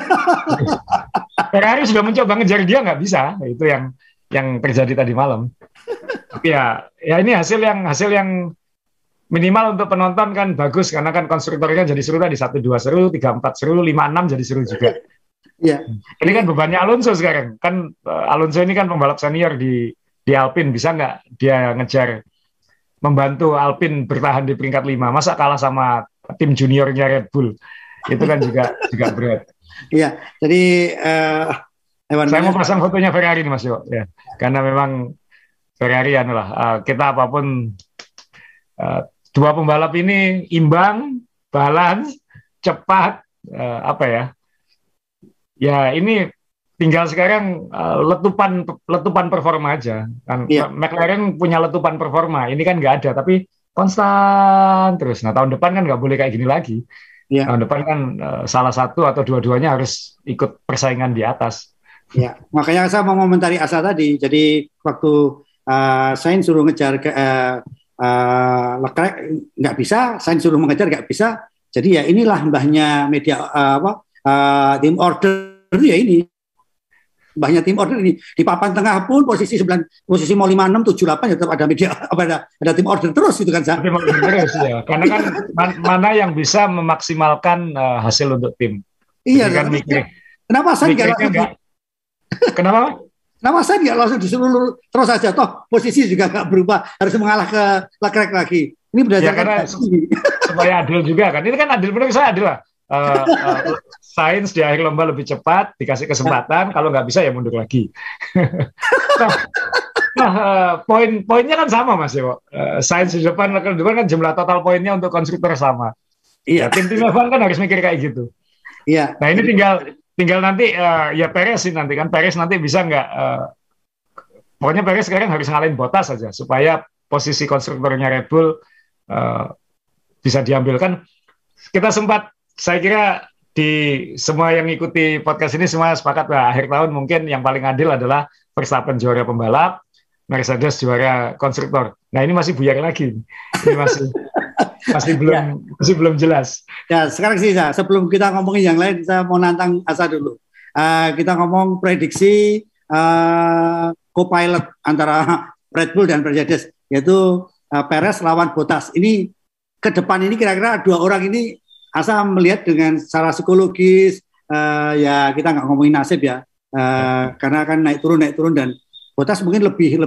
Ferrari sudah mencoba ngejar dia, nggak bisa. Itu yang terjadi tadi malam. Tapi ya ini hasil yang minimal untuk penonton kan bagus karena kan konstruktornya jadi seru tadi, 1-2 seru, 3-4 seru, 5-6 jadi seru juga. Ini kan bebannya Alonso sekarang kan. Alonso ini kan pembalap senior di Alpine, bisa nggak dia ngejar membantu Alpine bertahan di peringkat 5? Masa kalah sama tim juniornya Red Bull? Itu kan juga berat. Iya, jadi saya mau pasang fotonya Ferrari nih Mas Yo, ya. Karena memang Ferrari kita apapun 2 pembalap ini imbang, balance, cepat, ya ini tinggal sekarang letupan performa aja kan. McLaren punya letupan performa, ini kan nggak ada tapi konstan terus. Nah tahun depan kan nggak boleh kayak gini lagi. Tahun depan kan salah satu atau dua-duanya harus ikut persaingan di atas. Ya, makanya saya mau komentari Asa tadi. Jadi waktu Sainz suruh ngejar Leclerc nggak bisa, Sainz suruh mengejar nggak bisa. Jadi ya inilah mbahnya media tim order ya ini. Mbahnya tim order ini di papan tengah pun posisi mau 56, 78 ya tetap ada media ada tim order terus gitu kan. Tim order terus ya. Karena kan mana yang bisa memaksimalkan hasil untuk tim. Iya kan. Kenapa saya Kenapa saya nggak langsung disuruh terus saja toh posisi juga nggak berubah, harus mengalah ke Leclerc lagi. Ini berdasarkan karena supaya adil juga kan. Ini kan adil, menurut saya adil lah. Sainz di akhir lomba lebih cepat, dikasih kesempatan, kalau nggak bisa ya mundur lagi. Poinnya kan sama Mas Yo. Sainz di depan kan jumlah total poinnya untuk konstruktor sama. Iya. Tim-tim F1 kan harus mikir kayak gitu. Iya. Nah ini tinggal nanti ya Perez sih nanti kan. Perez nanti bisa nggak? Pokoknya Perez sekarang harus ngalahin Bottas saja supaya posisi konstruktornya Red Bull bisa diambil. Kan kita sempat, saya kira di semua yang ikuti podcast ini semua sepakat lah, akhir tahun mungkin yang paling adil adalah Verstappen juara pembalap, Mercedes juara konstruktor. Nah ini masih buyar lagi, ini masih belum jelas. Ya sekarang sih sebelum kita ngomongin yang lain, saya mau nantang Asa dulu. Kita ngomong prediksi co-pilot antara Red Bull dan Mercedes, yaitu Perez lawan Bottas. Ini ke depan ini kira-kira dua orang ini Asa melihat dengan secara psikologis, ya kita nggak ngomongin nasib ya, karena kan naik turun dan Bottas mungkin lebih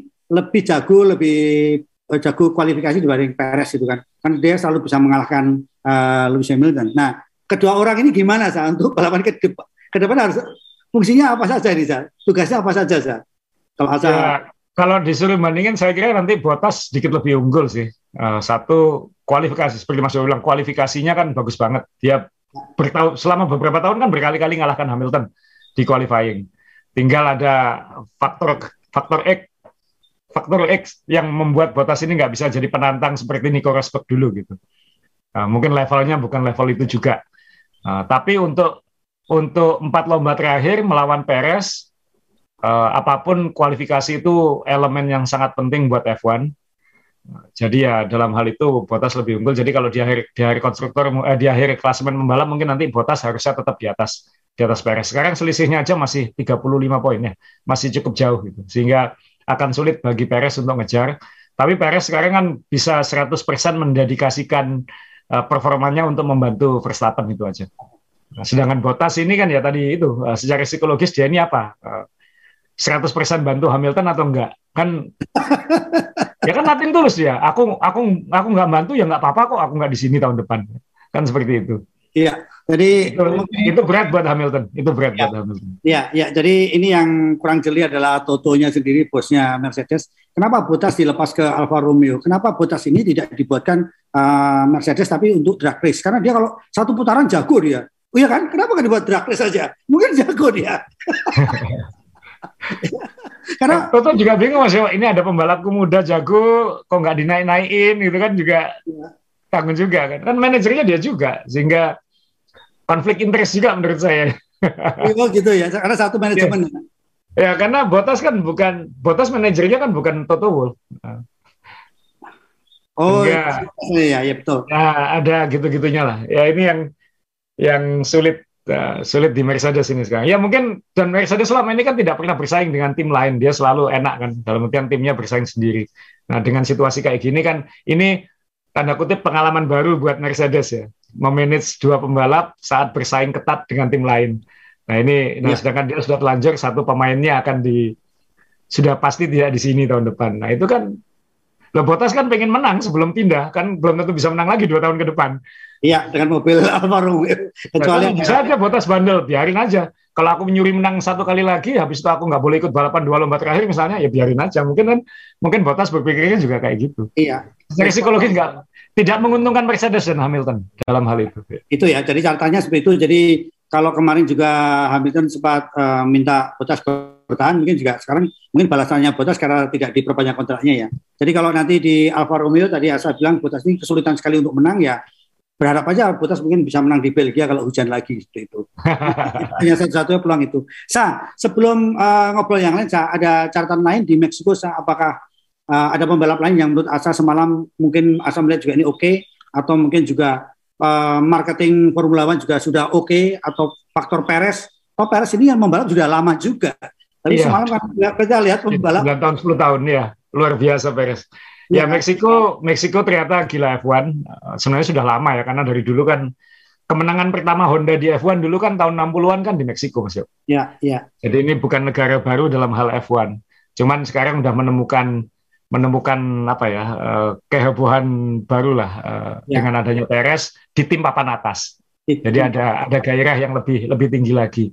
jago kualifikasi dibanding Perez itu kan dia selalu bisa mengalahkan Lewis Hamilton. Nah kedua orang ini gimana untuk balapan ke depan harus fungsinya apa saja ini tugasnya apa saja kalau Asa? Ya, kalau disuruh bandingin saya kira nanti Bottas sedikit lebih unggul sih. Satu kualifikasi seperti Mas bilang, kualifikasinya kan bagus banget. Dia selama beberapa tahun kan berkali-kali ngalahkan Hamilton di qualifying. Tinggal ada faktor X yang membuat Bottas ini nggak bisa jadi penantang seperti Nico Rosberg dulu gitu. Mungkin levelnya bukan level itu juga. Tapi untuk 4 lomba terakhir melawan Perez, apapun kualifikasi itu elemen yang sangat penting buat F1. Jadi ya dalam hal itu Bottas lebih unggul. Jadi kalau di akhir konstruktor, di akhir klasemen pembalap mungkin nanti Bottas harusnya tetap di atas Perez. Sekarang selisihnya aja masih 35 poin ya, masih cukup jauh gitu. Sehingga akan sulit bagi Perez untuk ngejar. Tapi Perez sekarang kan bisa 100% mendedikasikan performanya untuk membantu Verstappen itu aja. Nah, sedangkan Bottas ini kan ya tadi itu secara psikologis dia ini apa? 100% bantu Hamilton atau enggak? Kan ya kan natin tulus dia. Aku nggak bantu ya nggak apa-apa kok. Aku nggak di sini tahun depan. Kan seperti itu. Iya. Jadi itu berat buat Hamilton. Itu berat buat Hamilton. Iya. Jadi ini yang kurang jeli adalah Totonya sendiri, bosnya Mercedes. Kenapa Bottas dilepas ke Alfa Romeo? Kenapa Bottas ini tidak dibuatkan Mercedes tapi untuk drag race? Karena dia kalau satu putaran jago dia. Oh iya kan? Kenapa nggak dibuat drag race saja? Mungkin jago dia. Karena Toto juga bingung Mas, ini ada pembalapku muda jago kok nggak dinaik-naikin gitu kan, juga tanggung juga kan manajernya dia juga, sehingga konflik interest juga menurut saya. Oh gitu ya, karena satu manajemen. Ya karena Bottas manajernya kan bukan Toto Wolff. Oh iya betul. Nah ada gitu-gitunya lah. Ya ini yang sulit di Mercedes ini sekarang. Ya mungkin, dan Mercedes selama ini kan tidak pernah bersaing dengan tim lain, dia selalu enak kan, dalam artian timnya bersaing sendiri. Nah dengan situasi kayak gini kan, ini tanda kutip pengalaman baru buat Mercedes ya, memanage 2 pembalap saat bersaing ketat dengan tim lain. Nah ini, sedangkan dia sudah telanjur satu pemainnya sudah pasti tidak di sini tahun depan. Nah itu kan, Bottas kan pengen menang sebelum pindah, kan belum tentu bisa menang lagi 2 tahun ke depan. Iya, dengan mobil Alfa Romeo. Kecuali bisa aja Bottas bandel, biarin aja. Kalau aku nyuri menang 1 kali lagi, habis itu aku nggak boleh ikut balapan 2 lomba terakhir misalnya, ya biarin aja. Mungkin Bottas berpikirnya juga kayak gitu. Iya. Secara psikologis tidak menguntungkan Mercedes dan Hamilton dalam hal itu. Itu ya, jadi catatannya seperti itu. Jadi kalau kemarin juga Hamilton sempat minta Bottas bertahan, mungkin juga sekarang mungkin balasannya Bottas karena tidak diperpanjang kontraknya ya. Jadi kalau nanti di Alfa Romeo tadi Asa bilang Bottas ini kesulitan sekali untuk menang ya. Berharap aja Bottas mungkin bisa menang di Belgia kalau hujan lagi seperti itu. Hanya satu-satunya peluang itu. Sebelum ngobrol yang lain, ada catatan lain di Meksiko. Apakah ada pembalap lain yang menurut Asa semalam mungkin Asa melihat juga ini oke, atau mungkin juga marketing Formula One juga sudah oke, atau faktor Perez? Perez ini yang membalap sudah lama juga. Tapi semalam kan kita lihat pembalap 9 tahun 10 tahun ya, luar biasa Perez. Ya Meksiko ternyata gila F1. Sebenarnya sudah lama ya, karena dari dulu kan kemenangan pertama Honda di F1 dulu kan tahun 60-an kan di Meksiko, Mas. Iya. Jadi ini bukan negara baru dalam hal F1. Cuman sekarang udah menemukan apa ya, kehebohan baru lah dengan adanya Perez di tim papan atas. Jadi ada gairah yang lebih tinggi lagi.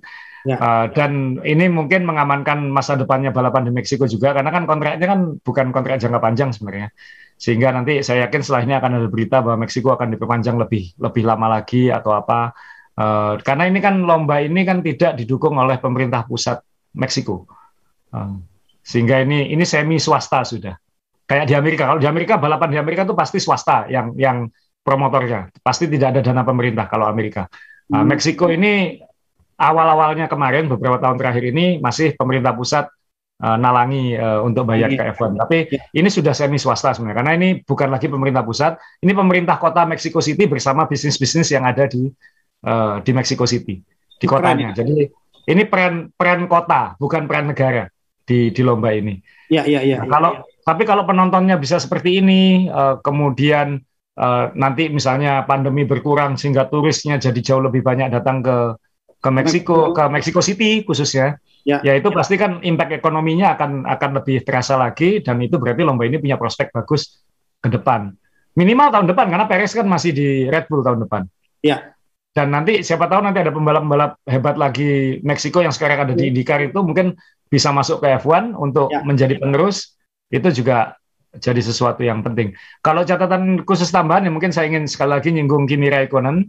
Dan ini mungkin mengamankan masa depannya balapan di Meksiko juga, karena kan kontraknya kan bukan kontrak jangka panjang sebenarnya, sehingga nanti saya yakin setelah ini akan ada berita bahwa Meksiko akan diperpanjang lebih lama lagi atau apa, karena ini kan lomba ini kan tidak didukung oleh pemerintah pusat Meksiko, sehingga ini semi swasta sudah, kayak di Amerika. Kalau di Amerika, balapan di Amerika itu pasti swasta yang promotornya, pasti tidak ada dana pemerintah kalau Amerika. Meksiko ini awal-awalnya kemarin beberapa tahun terakhir ini masih pemerintah pusat nalangi untuk bayar ke F1. Tapi ini sudah semi swasta sebenarnya, karena ini bukan lagi pemerintah pusat, ini pemerintah kota Mexico City bersama bisnis-bisnis yang ada di Mexico City, di kotanya. Jadi ini peran kota, bukan peran negara di lomba ini. Tapi kalau penontonnya bisa seperti ini, kemudian nanti misalnya pandemi berkurang sehingga turisnya jadi jauh lebih banyak datang ke Mexico City khususnya. Ya itu pasti kan impact ekonominya akan lebih terasa lagi, dan itu berarti lomba ini punya prospek bagus ke depan. Minimal tahun depan, karena Perez kan masih di Red Bull tahun depan. Ya. Dan nanti siapa tahu nanti ada pembalap-pembalap hebat lagi Meksiko yang sekarang ada di IndyCar itu mungkin bisa masuk ke F1 untuk menjadi penerus. Itu juga jadi sesuatu yang penting. Kalau catatan khusus tambahan, ya mungkin saya ingin sekali lagi nyinggung Kimi Raikkonen.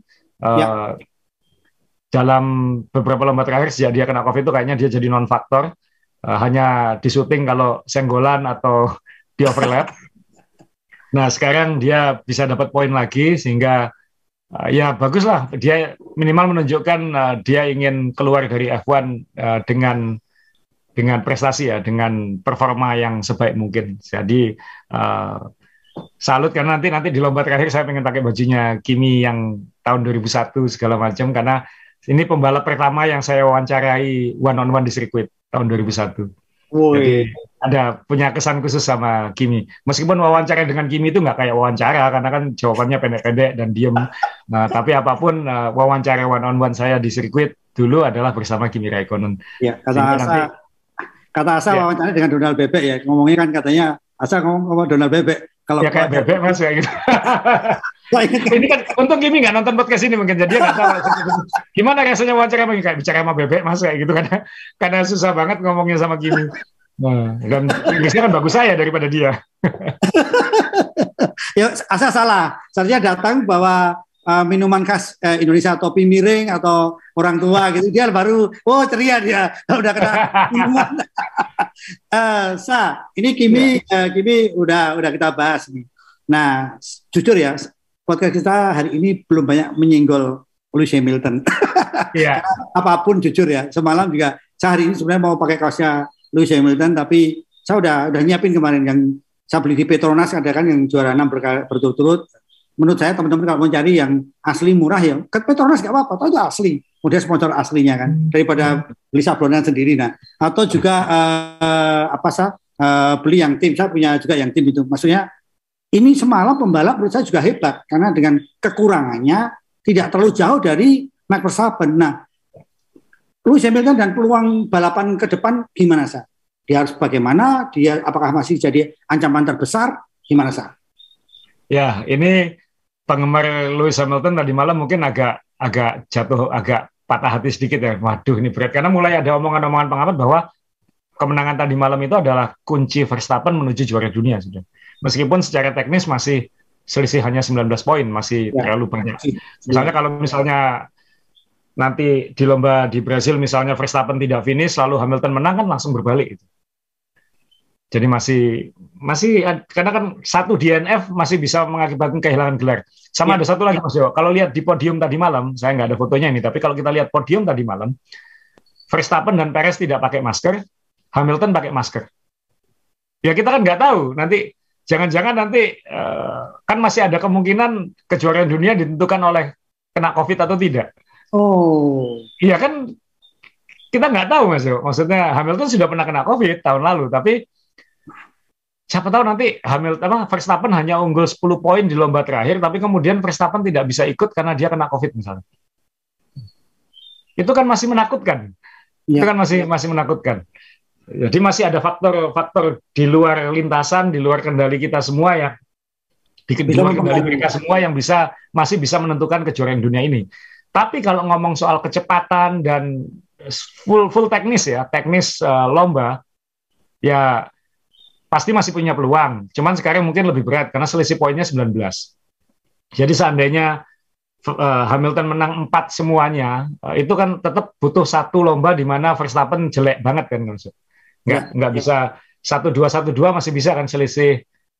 Dalam beberapa lomba terakhir sejak dia kena COVID itu kayaknya dia jadi non-faktor, hanya di syuting kalau senggolan atau di overlap. Nah sekarang dia bisa dapat poin lagi, sehingga ya baguslah, dia minimal menunjukkan dia ingin keluar dari F1 dengan prestasi ya, dengan performa yang sebaik mungkin. Jadi salut, karena nanti di lomba terakhir saya pengen pakai bajunya Kimi yang tahun 2001 segala macam, karena ini pembalap pertama yang saya wawancarai one-on-one di sirkuit tahun 2001. Jadi ada punya kesan khusus sama Kimi. Meskipun wawancara dengan Kimi itu nggak kayak wawancara, karena kan jawabannya pendek-pendek dan diem. Nah, tapi apapun wawancara one-on-one saya di sirkuit dulu adalah bersama Kimi Raikkonen. Ya, kata Asa wawancara dengan Donald Bebek ya. Ngomongnya kan katanya Asa ngomong Donald Bebek. Kalau ya kayak Bebek Mas kayak gitu. Ini kan untung Kimi nggak nonton podcast ini mungkin, jadi dia nggak tahu gimana rasanya wawancara kayak bicara sama Bebek Mas kayak gitu, karena susah banget ngomongnya sama Kimi. Nah, dan Inggrisnya kan bagus saya daripada dia. Ya, Asa salah. Seharusnya datang bawa minuman khas Indonesia, topi miring atau orang tua gitu, dia baru ceria dia udah kena minuman. Ini Kimi udah kita bahas nih. Nah, jujur ya, podcast kita hari ini belum banyak menyinggol Lewis Hamilton. Iya. Apapun jujur ya, semalam juga saya hari ini sebenarnya mau pakai kaosnya Lewis Hamilton, tapi saya udah nyiapin kemarin yang saya beli di Petronas, ada kan yang juara 6 berturut-turut. Menurut saya teman-teman kalau mau cari yang asli murah ya ke Petronas nggak apa-apa, itu asli, udah sponsor aslinya kan, daripada beli sablonan sendiri. Nah, atau juga beli yang tim, saya punya juga yang tim itu. Maksudnya ini semalam pembalap menurut saya juga hebat, karena dengan kekurangannya tidak terlalu jauh dari Max Verstappen. Nah, Lewis Hamilton dan peluang balapan ke depan gimana Sa? Dia harus bagaimana? Dia apakah masih jadi ancaman terbesar? Gimana Sa? Ya, ini penggemar Lewis Hamilton tadi malam mungkin agak agak patah hati sedikit ya. Waduh, ini berat, karena mulai ada omongan-omongan pengamat bahwa kemenangan tadi malam itu adalah kunci Verstappen menuju juara dunia sudah. Meskipun secara teknis masih selisih hanya 19 poin, masih terlalu banyak. Misalnya kalau nanti di lomba di Brasil misalnya Verstappen tidak finish lalu Hamilton menang, kan langsung berbalik itu. Jadi masih karena kan satu DNF masih bisa mengakibatkan kehilangan gelar. Sama ada satu lagi Mas Jo, kalau lihat di podium tadi malam, saya nggak ada fotonya ini, tapi kalau kita lihat podium tadi malam, Verstappen dan Perez tidak pakai masker, Hamilton pakai masker. Ya kita kan nggak tahu, nanti jangan-jangan nanti kan masih ada kemungkinan kejuaraan dunia ditentukan oleh kena COVID atau tidak. Oh, iya kan, kita nggak tahu Mas Jo. Maksudnya Hamilton sudah pernah kena COVID tahun lalu, tapi siapa tahu nanti Verstappen hanya unggul 10 poin di lomba terakhir, tapi kemudian Verstappen tidak bisa ikut karena dia kena COVID misalnya. Itu kan masih menakutkan. Itu kan masih menakutkan. Jadi masih ada faktor-faktor di luar lintasan, di luar kendali kita semua ya, di luar kendali mereka semua yang masih bisa menentukan kejuaraan dunia ini. Tapi kalau ngomong soal kecepatan dan full teknis ya, teknis lomba, ya pasti masih punya peluang. Cuman sekarang mungkin lebih berat karena selisih poinnya 19. Jadi seandainya Hamilton menang 4 semuanya, itu kan tetap butuh satu lomba di mana Verstappen jelek banget kan. Nggak bisa 1-2 masih bisa kan selisih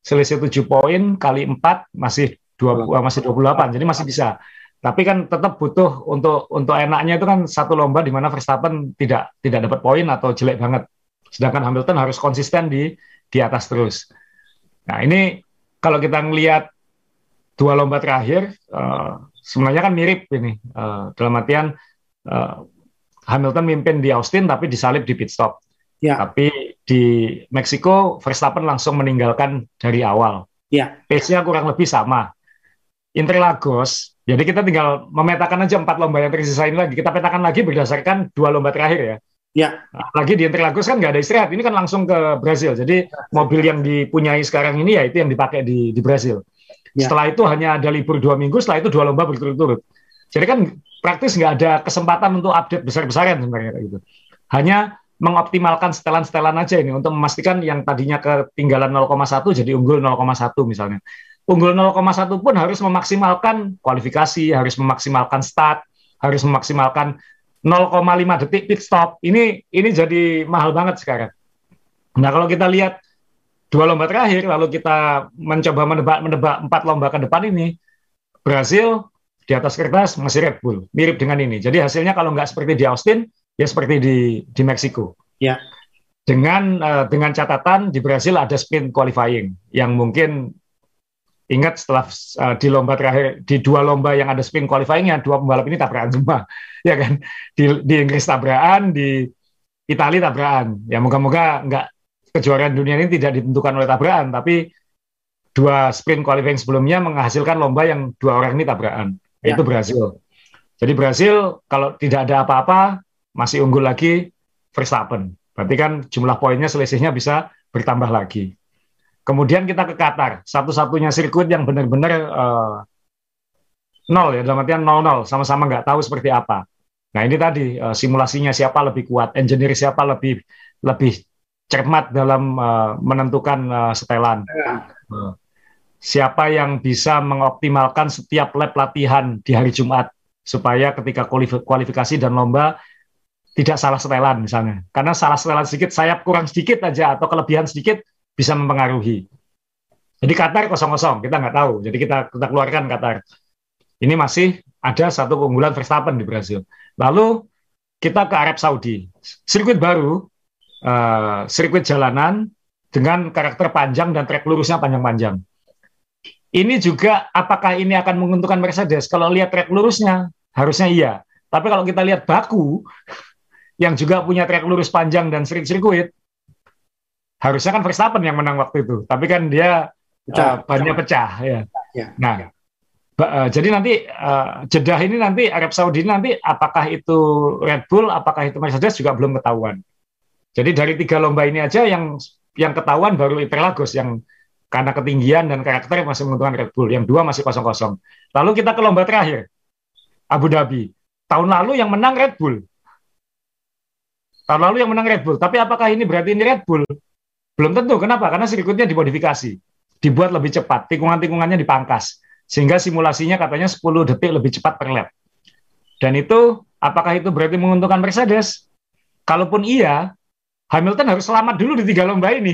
selisih 7 poin kali 4 masih 28, jadi masih bisa. Tapi kan tetap butuh untuk enaknya itu kan satu lomba di mana Verstappen tidak dapat poin atau jelek banget. Sedangkan Hamilton harus konsisten di atas terus. Nah, ini kalau kita ngelihat 2 lomba terakhir, sebenarnya kan mirip ini. Dalam artian Hamilton mimpin di Austin tapi disalip di pit stop. Ya. Tapi di Meksiko Verstappen langsung meninggalkan dari awal. Ya. Pace-nya kurang lebih sama. Interlagos, jadi kita tinggal memetakan aja 4 lomba yang tersisa ini lagi. Kita petakan lagi berdasarkan 2 lomba terakhir ya. Ya. Lagi di Interlagos kan nggak ada istirahat. Ini kan langsung ke Brasil. Jadi mobil yang dipunyai sekarang ini ya itu yang dipakai di Brasil. Ya. Setelah itu hanya ada libur 2 minggu. Setelah itu 2 lomba berturut-turut. Jadi kan praktis nggak ada kesempatan untuk update besar-besaran sebenarnya gitu. Hanya mengoptimalkan setelan-setelan aja ini untuk memastikan yang tadinya ketinggalan 0,1 jadi unggul 0,1 misalnya. Unggul 0,1 pun harus memaksimalkan kualifikasi, harus memaksimalkan start, harus memaksimalkan 0,5 detik pit stop. Ini jadi mahal banget sekarang. Nah, kalau kita lihat 2 lomba terakhir, lalu kita mencoba menebak 4 lomba ke depan ini, Brasil di atas kertas masih Red Bull, mirip dengan ini. Jadi hasilnya kalau nggak seperti di Austin, ya seperti di Meksiko. Ya. Dengan catatan di Brasil ada sprint qualifying yang mungkin ingat setelah di lomba terakhir, di 2 lomba yang ada sprint qualifying, 2 pembalap ini tabrakan semua, ya kan? Di Inggris tabrakan, di Italia tabrakan. Ya moga-moga nggak kejuaraan dunia ini tidak ditentukan oleh tabrakan, tapi 2 sprint qualifying sebelumnya menghasilkan lomba yang 2 orang ini tabrakan, yaitu Brasil. Jadi Brasil kalau tidak ada apa-apa masih unggul lagi Verstappen. Berarti kan jumlah poinnya selisihnya bisa bertambah lagi. Kemudian kita ke Qatar, satu-satunya sirkuit yang benar-benar nol ya, dalam artian 0-0, sama-sama nggak tahu seperti apa. Nah ini tadi simulasinya siapa lebih kuat, engineer siapa lebih cermat dalam menentukan setelan. Siapa yang bisa mengoptimalkan setiap lap latihan di hari Jumat supaya ketika kualifikasi dan lomba tidak salah setelan misalnya. Karena salah setelan sedikit, sayap kurang sedikit aja atau kelebihan sedikit bisa mempengaruhi. Jadi Qatar 0-0, kita nggak tahu. Jadi kita keluarkan Qatar. Ini masih ada satu keunggulan Verstappen di Brasil. Lalu kita ke Arab Saudi. Sirkuit baru, sirkuit jalanan dengan karakter panjang dan trek lurusnya panjang-panjang. Ini juga apakah ini akan menguntungkan Mercedes? Kalau lihat trek lurusnya, harusnya iya. Tapi kalau kita lihat Baku, yang juga punya trek lurus panjang dan sirkuit, harusnya kan Verstappen yang menang waktu itu, tapi kan dia bannya pecah ya. Nah, jadi nanti Jeddah ini nanti Arab Saudi nanti apakah itu Red Bull, apakah itu Mercedes juga belum ketahuan. Jadi dari 3 lomba ini aja yang ketahuan baru Interlagos yang karena ketinggian dan karakter masih menguntungkan Red Bull, yang 2 masih 0-0. Lalu kita ke lomba terakhir Abu Dhabi. Tahun lalu yang menang Red Bull. Tapi apakah ini berarti ini Red Bull? Belum tentu. Kenapa? Karena sirkuitnya dimodifikasi, dibuat lebih cepat, tikungan-tikungannya dipangkas, sehingga simulasinya katanya 10 detik lebih cepat per lap. Dan itu, apakah itu berarti menguntungkan Mercedes? Kalaupun iya, Hamilton harus selamat dulu di 3 lomba ini.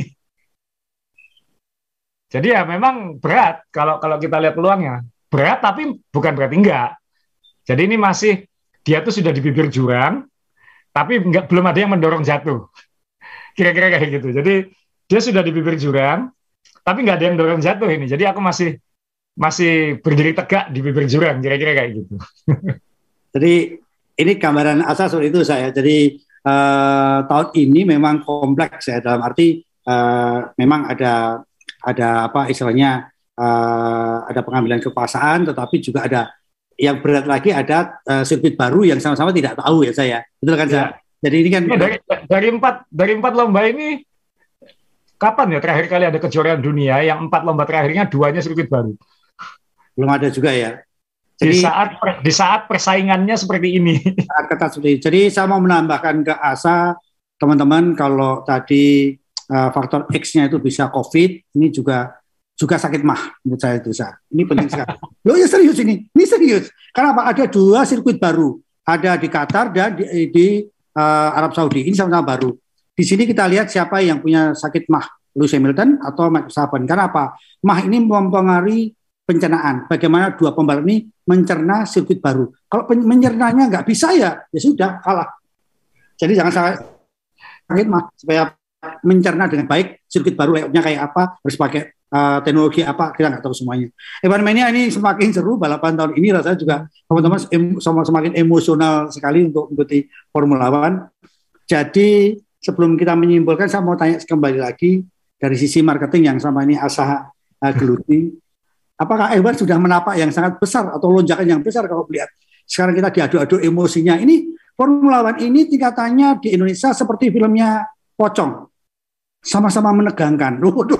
Jadi ya memang berat kalau kita lihat peluangnya. Berat tapi bukan berarti enggak. Jadi ini masih, dia tuh sudah di bibir jurang, tapi belum ada yang mendorong jatuh. Kira-kira kayak gitu. Jadi dia sudah di bibir jurang, tapi nggak ada yang dorong jatuh ini. Jadi aku masih berdiri tegak di bibir jurang, kira-kira kayak gitu. Jadi ini gambaran asal seperti itu saya. Jadi tahun ini memang kompleks ya, dalam arti memang ada apa istilahnya ada pengambilan kekuasaan, tetapi juga ada yang berat lagi, ada sirkuit baru yang sama-sama tidak tahu ya saya. Betul kan saya? Jadi ini kan dari 4 lomba ini kapan ya terakhir kali ada kejuaraan dunia yang 4 lomba terakhirnya 2-nya sirkuit baru? Belum ada juga ya. Jadi, di saat persaingannya seperti ini. Ketat seperti ini. Jadi saya mau menambahkan ke Asa teman-teman, kalau tadi faktor X-nya itu bisa COVID, ini juga sakit mah menurut saya itu. Ini penting sekali. Loh ya serius ini serius. Kenapa? Ada 2 sirkuit baru, ada di Qatar dan di Arab Saudi. Ini sama-sama baru. Di sini kita lihat siapa yang punya sakit mah Lewis Hamilton atau Max Verstappen. Karena apa? Mah ini mempengaruhi pencernaan. Bagaimana dua pembalap ini mencerna sirkuit baru. Kalau mencernanya nggak bisa ya sudah kalah. Jadi jangan salah Mah supaya mencerna dengan baik sirkuit baru layoutnya kayak apa, harus pakai teknologi apa, kita nggak tahu semuanya. F1 Mania ini semakin seru, balapan tahun ini rasanya juga teman-teman semakin emosional sekali untuk mengikuti Formula One. Jadi sebelum kita menyimpulkan, saya mau tanya kembali lagi dari sisi marketing yang sama ini Asa geluti. Apakah F1 sudah menapak yang sangat besar atau lonjakan yang besar kalau melihat sekarang kita diadu-adu emosinya? Ini Formula One ini tingkatannya di Indonesia seperti filmnya Pocong, sama-sama menegangkan.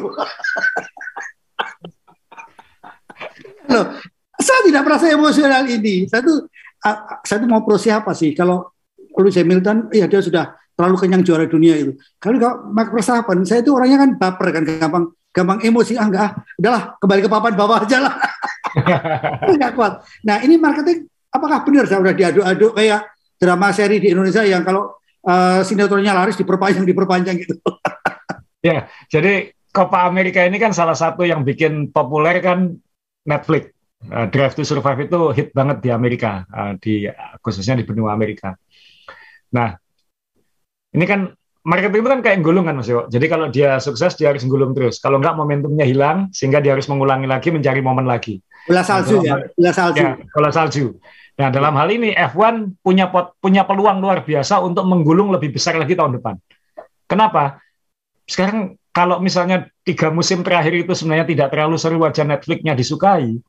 Loh, saya tidak merasa emosional ini. Saya tuh mau pro siapa sih? Kalau Lewis Hamilton, ya dia sudah terlalu kenyang juara dunia itu. Kalau Max Verstappen, saya itu orangnya kan baper kan, gampang emosi. Udahlah kembali ke papan bawah aja lah. Nggak kuat. Nah ini marketing, apakah benar saya udah diaduk-aduk kayak drama seri di Indonesia yang kalau sinetronnya laris diperpanjang gitu. Ya, jadi Copa America ini kan salah satu yang bikin populer kan Netflix. Drive to Survive itu hit banget di Amerika, khususnya di benua Amerika. Nah, ini kan marketing itu kan kayak gulung kan Mas Yo. Jadi kalau dia sukses dia harus gulung terus. Kalau enggak momentumnya hilang sehingga dia harus mengulangi lagi mencari momen lagi. Bola salju ya, bola salju. Ya, bola salju. Nah, dalam hal ini F1 punya peluang luar biasa untuk menggulung lebih besar lagi tahun depan. Kenapa? Sekarang kalau misalnya 3 musim terakhir itu sebenarnya tidak terlalu seru aja, Netflix-nya disukai,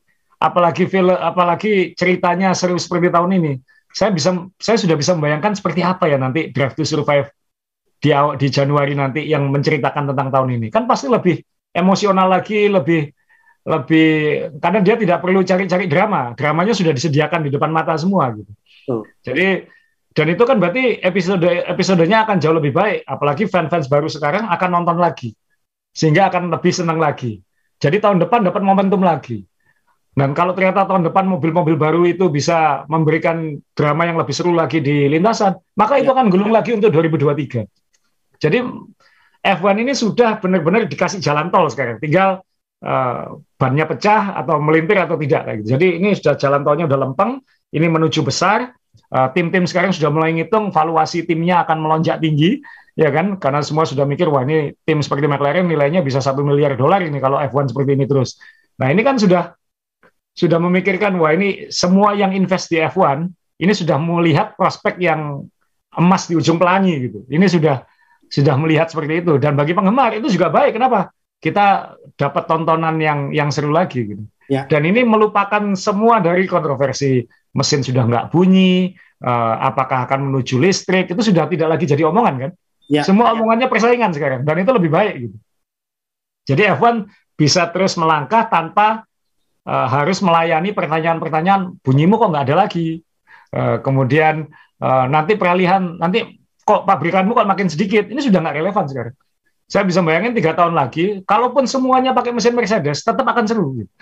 apalagi ceritanya seru seperti tahun ini, saya sudah bisa membayangkan seperti apa ya nanti Drive to Survive di Januari nanti yang menceritakan tentang tahun ini. Kan pasti lebih emosional lagi, lebih karena dia tidak perlu cari-cari dramanya sudah disediakan di depan mata semua gitu. Jadi dan itu kan berarti episodenya akan jauh lebih baik, apalagi fans baru sekarang akan nonton lagi sehingga akan lebih senang lagi. Jadi tahun depan dapat momentum lagi. Dan kalau ternyata tahun depan mobil-mobil baru itu bisa memberikan drama yang lebih seru lagi di lintasan, maka itu akan gulung lagi untuk 2023. Jadi F1 ini sudah benar-benar dikasih jalan tol sekarang, tinggal bannya pecah atau melintir atau tidak kayak gitu. Jadi ini sudah jalan tolnya udah lempeng, ini menuju besar. Tim-tim sekarang sudah mulai ngitung valuasi timnya akan melonjak tinggi, ya kan? Karena semua sudah mikir wah ini tim seperti McLaren nilainya bisa $1 miliar ini kalau F1 seperti ini terus. Nah ini kan sudah memikirkan wah ini semua yang invest di F1 ini sudah melihat prospek yang emas di ujung pelangi gitu. Ini sudah melihat seperti itu dan bagi penggemar itu juga baik. Kenapa? Kita dapat tontonan yang seru lagi gitu. Ya. Dan ini melupakan semua dari kontroversi mesin sudah nggak bunyi, apakah akan menuju listrik, itu sudah tidak lagi jadi omongan kan? Ya. Semua omongannya persaingan sekarang, dan itu lebih baik gitu. Jadi F1 bisa terus melangkah tanpa harus melayani pertanyaan-pertanyaan, bunyimu kok nggak ada lagi, kemudian nanti peralihan, nanti kok pabrikanmu kok makin sedikit, ini sudah nggak relevan sekarang. Saya bisa bayangin 3 tahun lagi, kalaupun semuanya pakai mesin Mercedes, tetap akan seru. Gitu.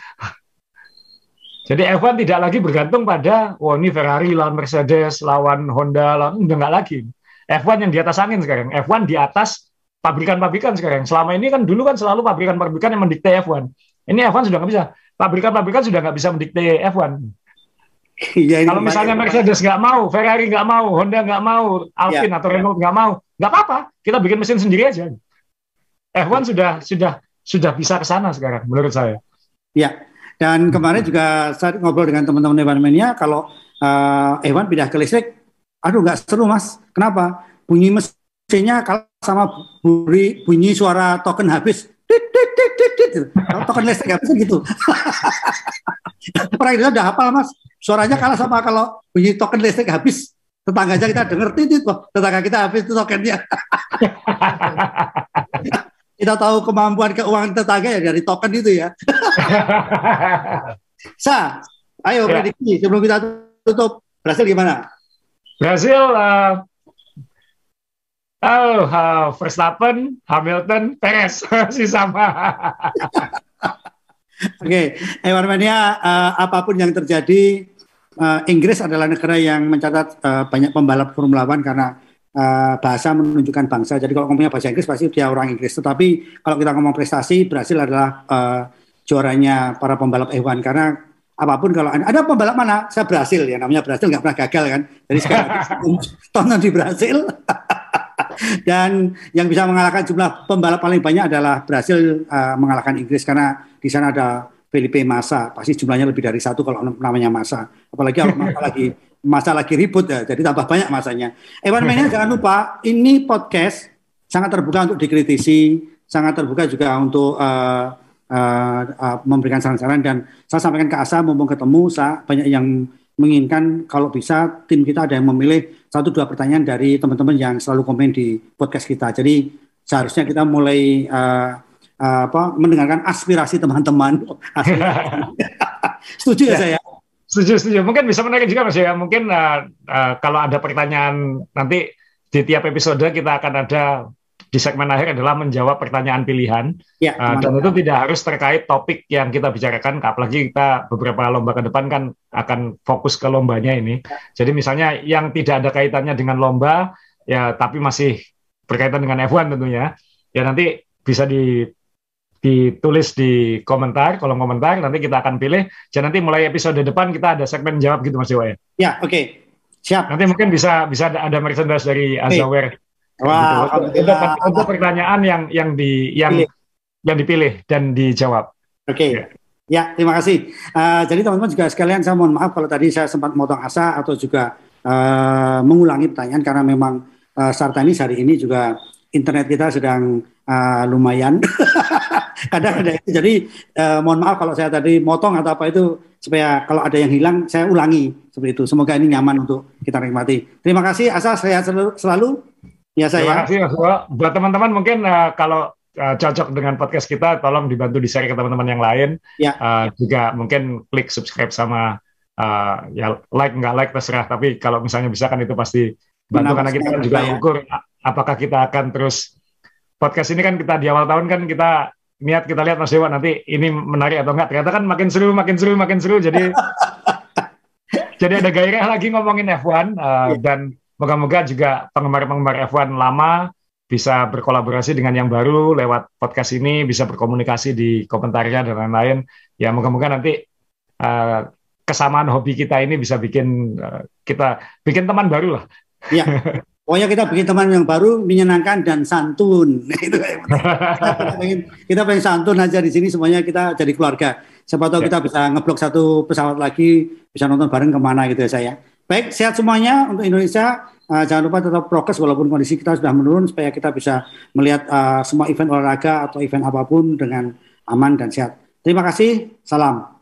Jadi F1 tidak lagi bergantung pada, ini Ferrari lawan Mercedes, lawan Honda, udah nggak lagi. F1 yang di atas angin sekarang. F1 di atas pabrikan-pabrikan sekarang. Selama ini kan dulu kan selalu pabrikan-pabrikan yang mendikte F1. Ini F1 sudah nggak bisa. Pabrikan-pabrikan sudah nggak bisa mendikte F1. Ya, kalau misalnya Mercedes nggak mau, Ferrari nggak mau, Honda nggak mau, Alpine atau Renault nggak mau, nggak apa-apa. Kita bikin mesin sendiri aja. F1 sudah bisa ke sana sekarang, menurut saya. Ya, dan kemarin juga saya ngobrol dengan teman-teman F1 Mania, kalau F1 pindah ke listrik, aduh nggak seru mas. Kenapa? Bunyi mesinnya kalah sama bunyi suara token habis. Kalau token listrik habis gitu. Orang itu udah hafal mas, suaranya kalah sama kalau bunyi token listrik habis. Tetangga aja kita denger titit, tetangga kita habis itu tokennya. Kita tahu kemampuan keuangan tetangga ya dari token itu ya. Ayo prediksi sebelum kita tutup. Brasil gimana? Brasil, Verstappen, Hamilton, Perez, sih sama. Oke, F1 Mania, apapun yang terjadi, Inggris adalah negara yang mencatat banyak pembalap Formula One karena bahasa menunjukkan bangsa. Jadi kalau ngomongnya bahasa Inggris pasti dia orang Inggris. Tetapi kalau kita ngomong prestasi, Brasil adalah juaranya para pembalap F1 karena apapun kalau ada pembalap mana, saya Brasil ya, namanya Brasil nggak pernah gagal kan. Jadi sekarang tonton di Brasil. Dan yang bisa mengalahkan jumlah pembalap paling banyak adalah Brasil mengalahkan Inggris karena di sana ada Felipe Massa, pasti jumlahnya lebih dari satu kalau namanya Massa. Apalagi kalau Massa lagi ribut ya, jadi tambah banyak masanya. Ewan Mania jangan lupa, ini podcast sangat terbuka untuk dikritisi, sangat terbuka juga untuk memberikan saran-saran dan saya sampaikan ke Asa mumpung ketemu, banyak yang menginginkan kalau bisa tim kita ada yang memilih 1-2 pertanyaan dari teman-teman yang selalu komen di podcast kita. Jadi seharusnya kita mulai mendengarkan aspirasi teman-teman. Setuju ya saya? Setuju. Mungkin bisa menarik juga Mas ya. Mungkin kalau ada pertanyaan nanti di tiap episode kita akan ada di segmen akhir adalah menjawab pertanyaan pilihan. Ya, dan itu tidak harus terkait topik yang kita bicarakan, apalagi kita beberapa lomba ke depan kan akan fokus ke lombanya ini. Jadi misalnya yang tidak ada kaitannya dengan lomba, ya tapi masih berkaitan dengan F1 tentunya, ya nanti bisa ditulis di komentar, kolom komentar, nanti kita akan pilih. Dan nanti mulai episode depan kita ada segmen jawab gitu Mas Dewa ya? Ya, oke. Siap. Nanti mungkin bisa ada merchandise dari Azaware. Wah, untuk pertanyaan yang dipilih dan dijawab. Oke. Ya, terima kasih. Jadi teman-teman juga sekalian saya mohon maaf kalau tadi saya sempat motong Asa atau juga mengulangi pertanyaan karena memang Sartanis hari ini juga internet kita sedang lumayan. Kadang ada itu. Jadi mohon maaf kalau saya tadi motong atau apa itu supaya kalau ada yang hilang saya ulangi seperti itu. Semoga ini nyaman untuk kita nikmati. Terima kasih Asa, sehat selalu. Ya, terima kasih Mas Bo. Buat teman-teman mungkin kalau cocok dengan podcast kita, tolong dibantu di-share ke teman-teman yang lain. Ya. Juga mungkin klik subscribe sama ya like nggak like terserah. Tapi kalau misalnya bisa kan itu pasti bantu karena kita kan juga ukur apakah kita akan terus podcast ini kan kita di awal tahun kan kita lihat Mas Dewa nanti ini menarik atau enggak. Ternyata kan makin seru. Jadi jadi ada gairah lagi ngomongin F1 dan moga-moga juga penggemar-penggemar F1 lama bisa berkolaborasi dengan yang baru lewat podcast ini, bisa berkomunikasi di komentarnya dan lain-lain. Ya moga-moga nanti kesamaan hobi kita ini bisa kita bikin teman baru lah. Iya, pokoknya kita bikin teman yang baru, menyenangkan dan santun. Kita pengen santun aja di sini, semuanya kita jadi keluarga. Siapa tahu kita bisa ngeblok satu pesawat lagi, bisa nonton bareng kemana gitu ya saya. Baik, sehat semuanya untuk Indonesia. Jangan lupa tetap prokes walaupun kondisi kita sudah menurun supaya kita bisa melihat semua event olahraga atau event apapun dengan aman dan sehat. Terima kasih, salam.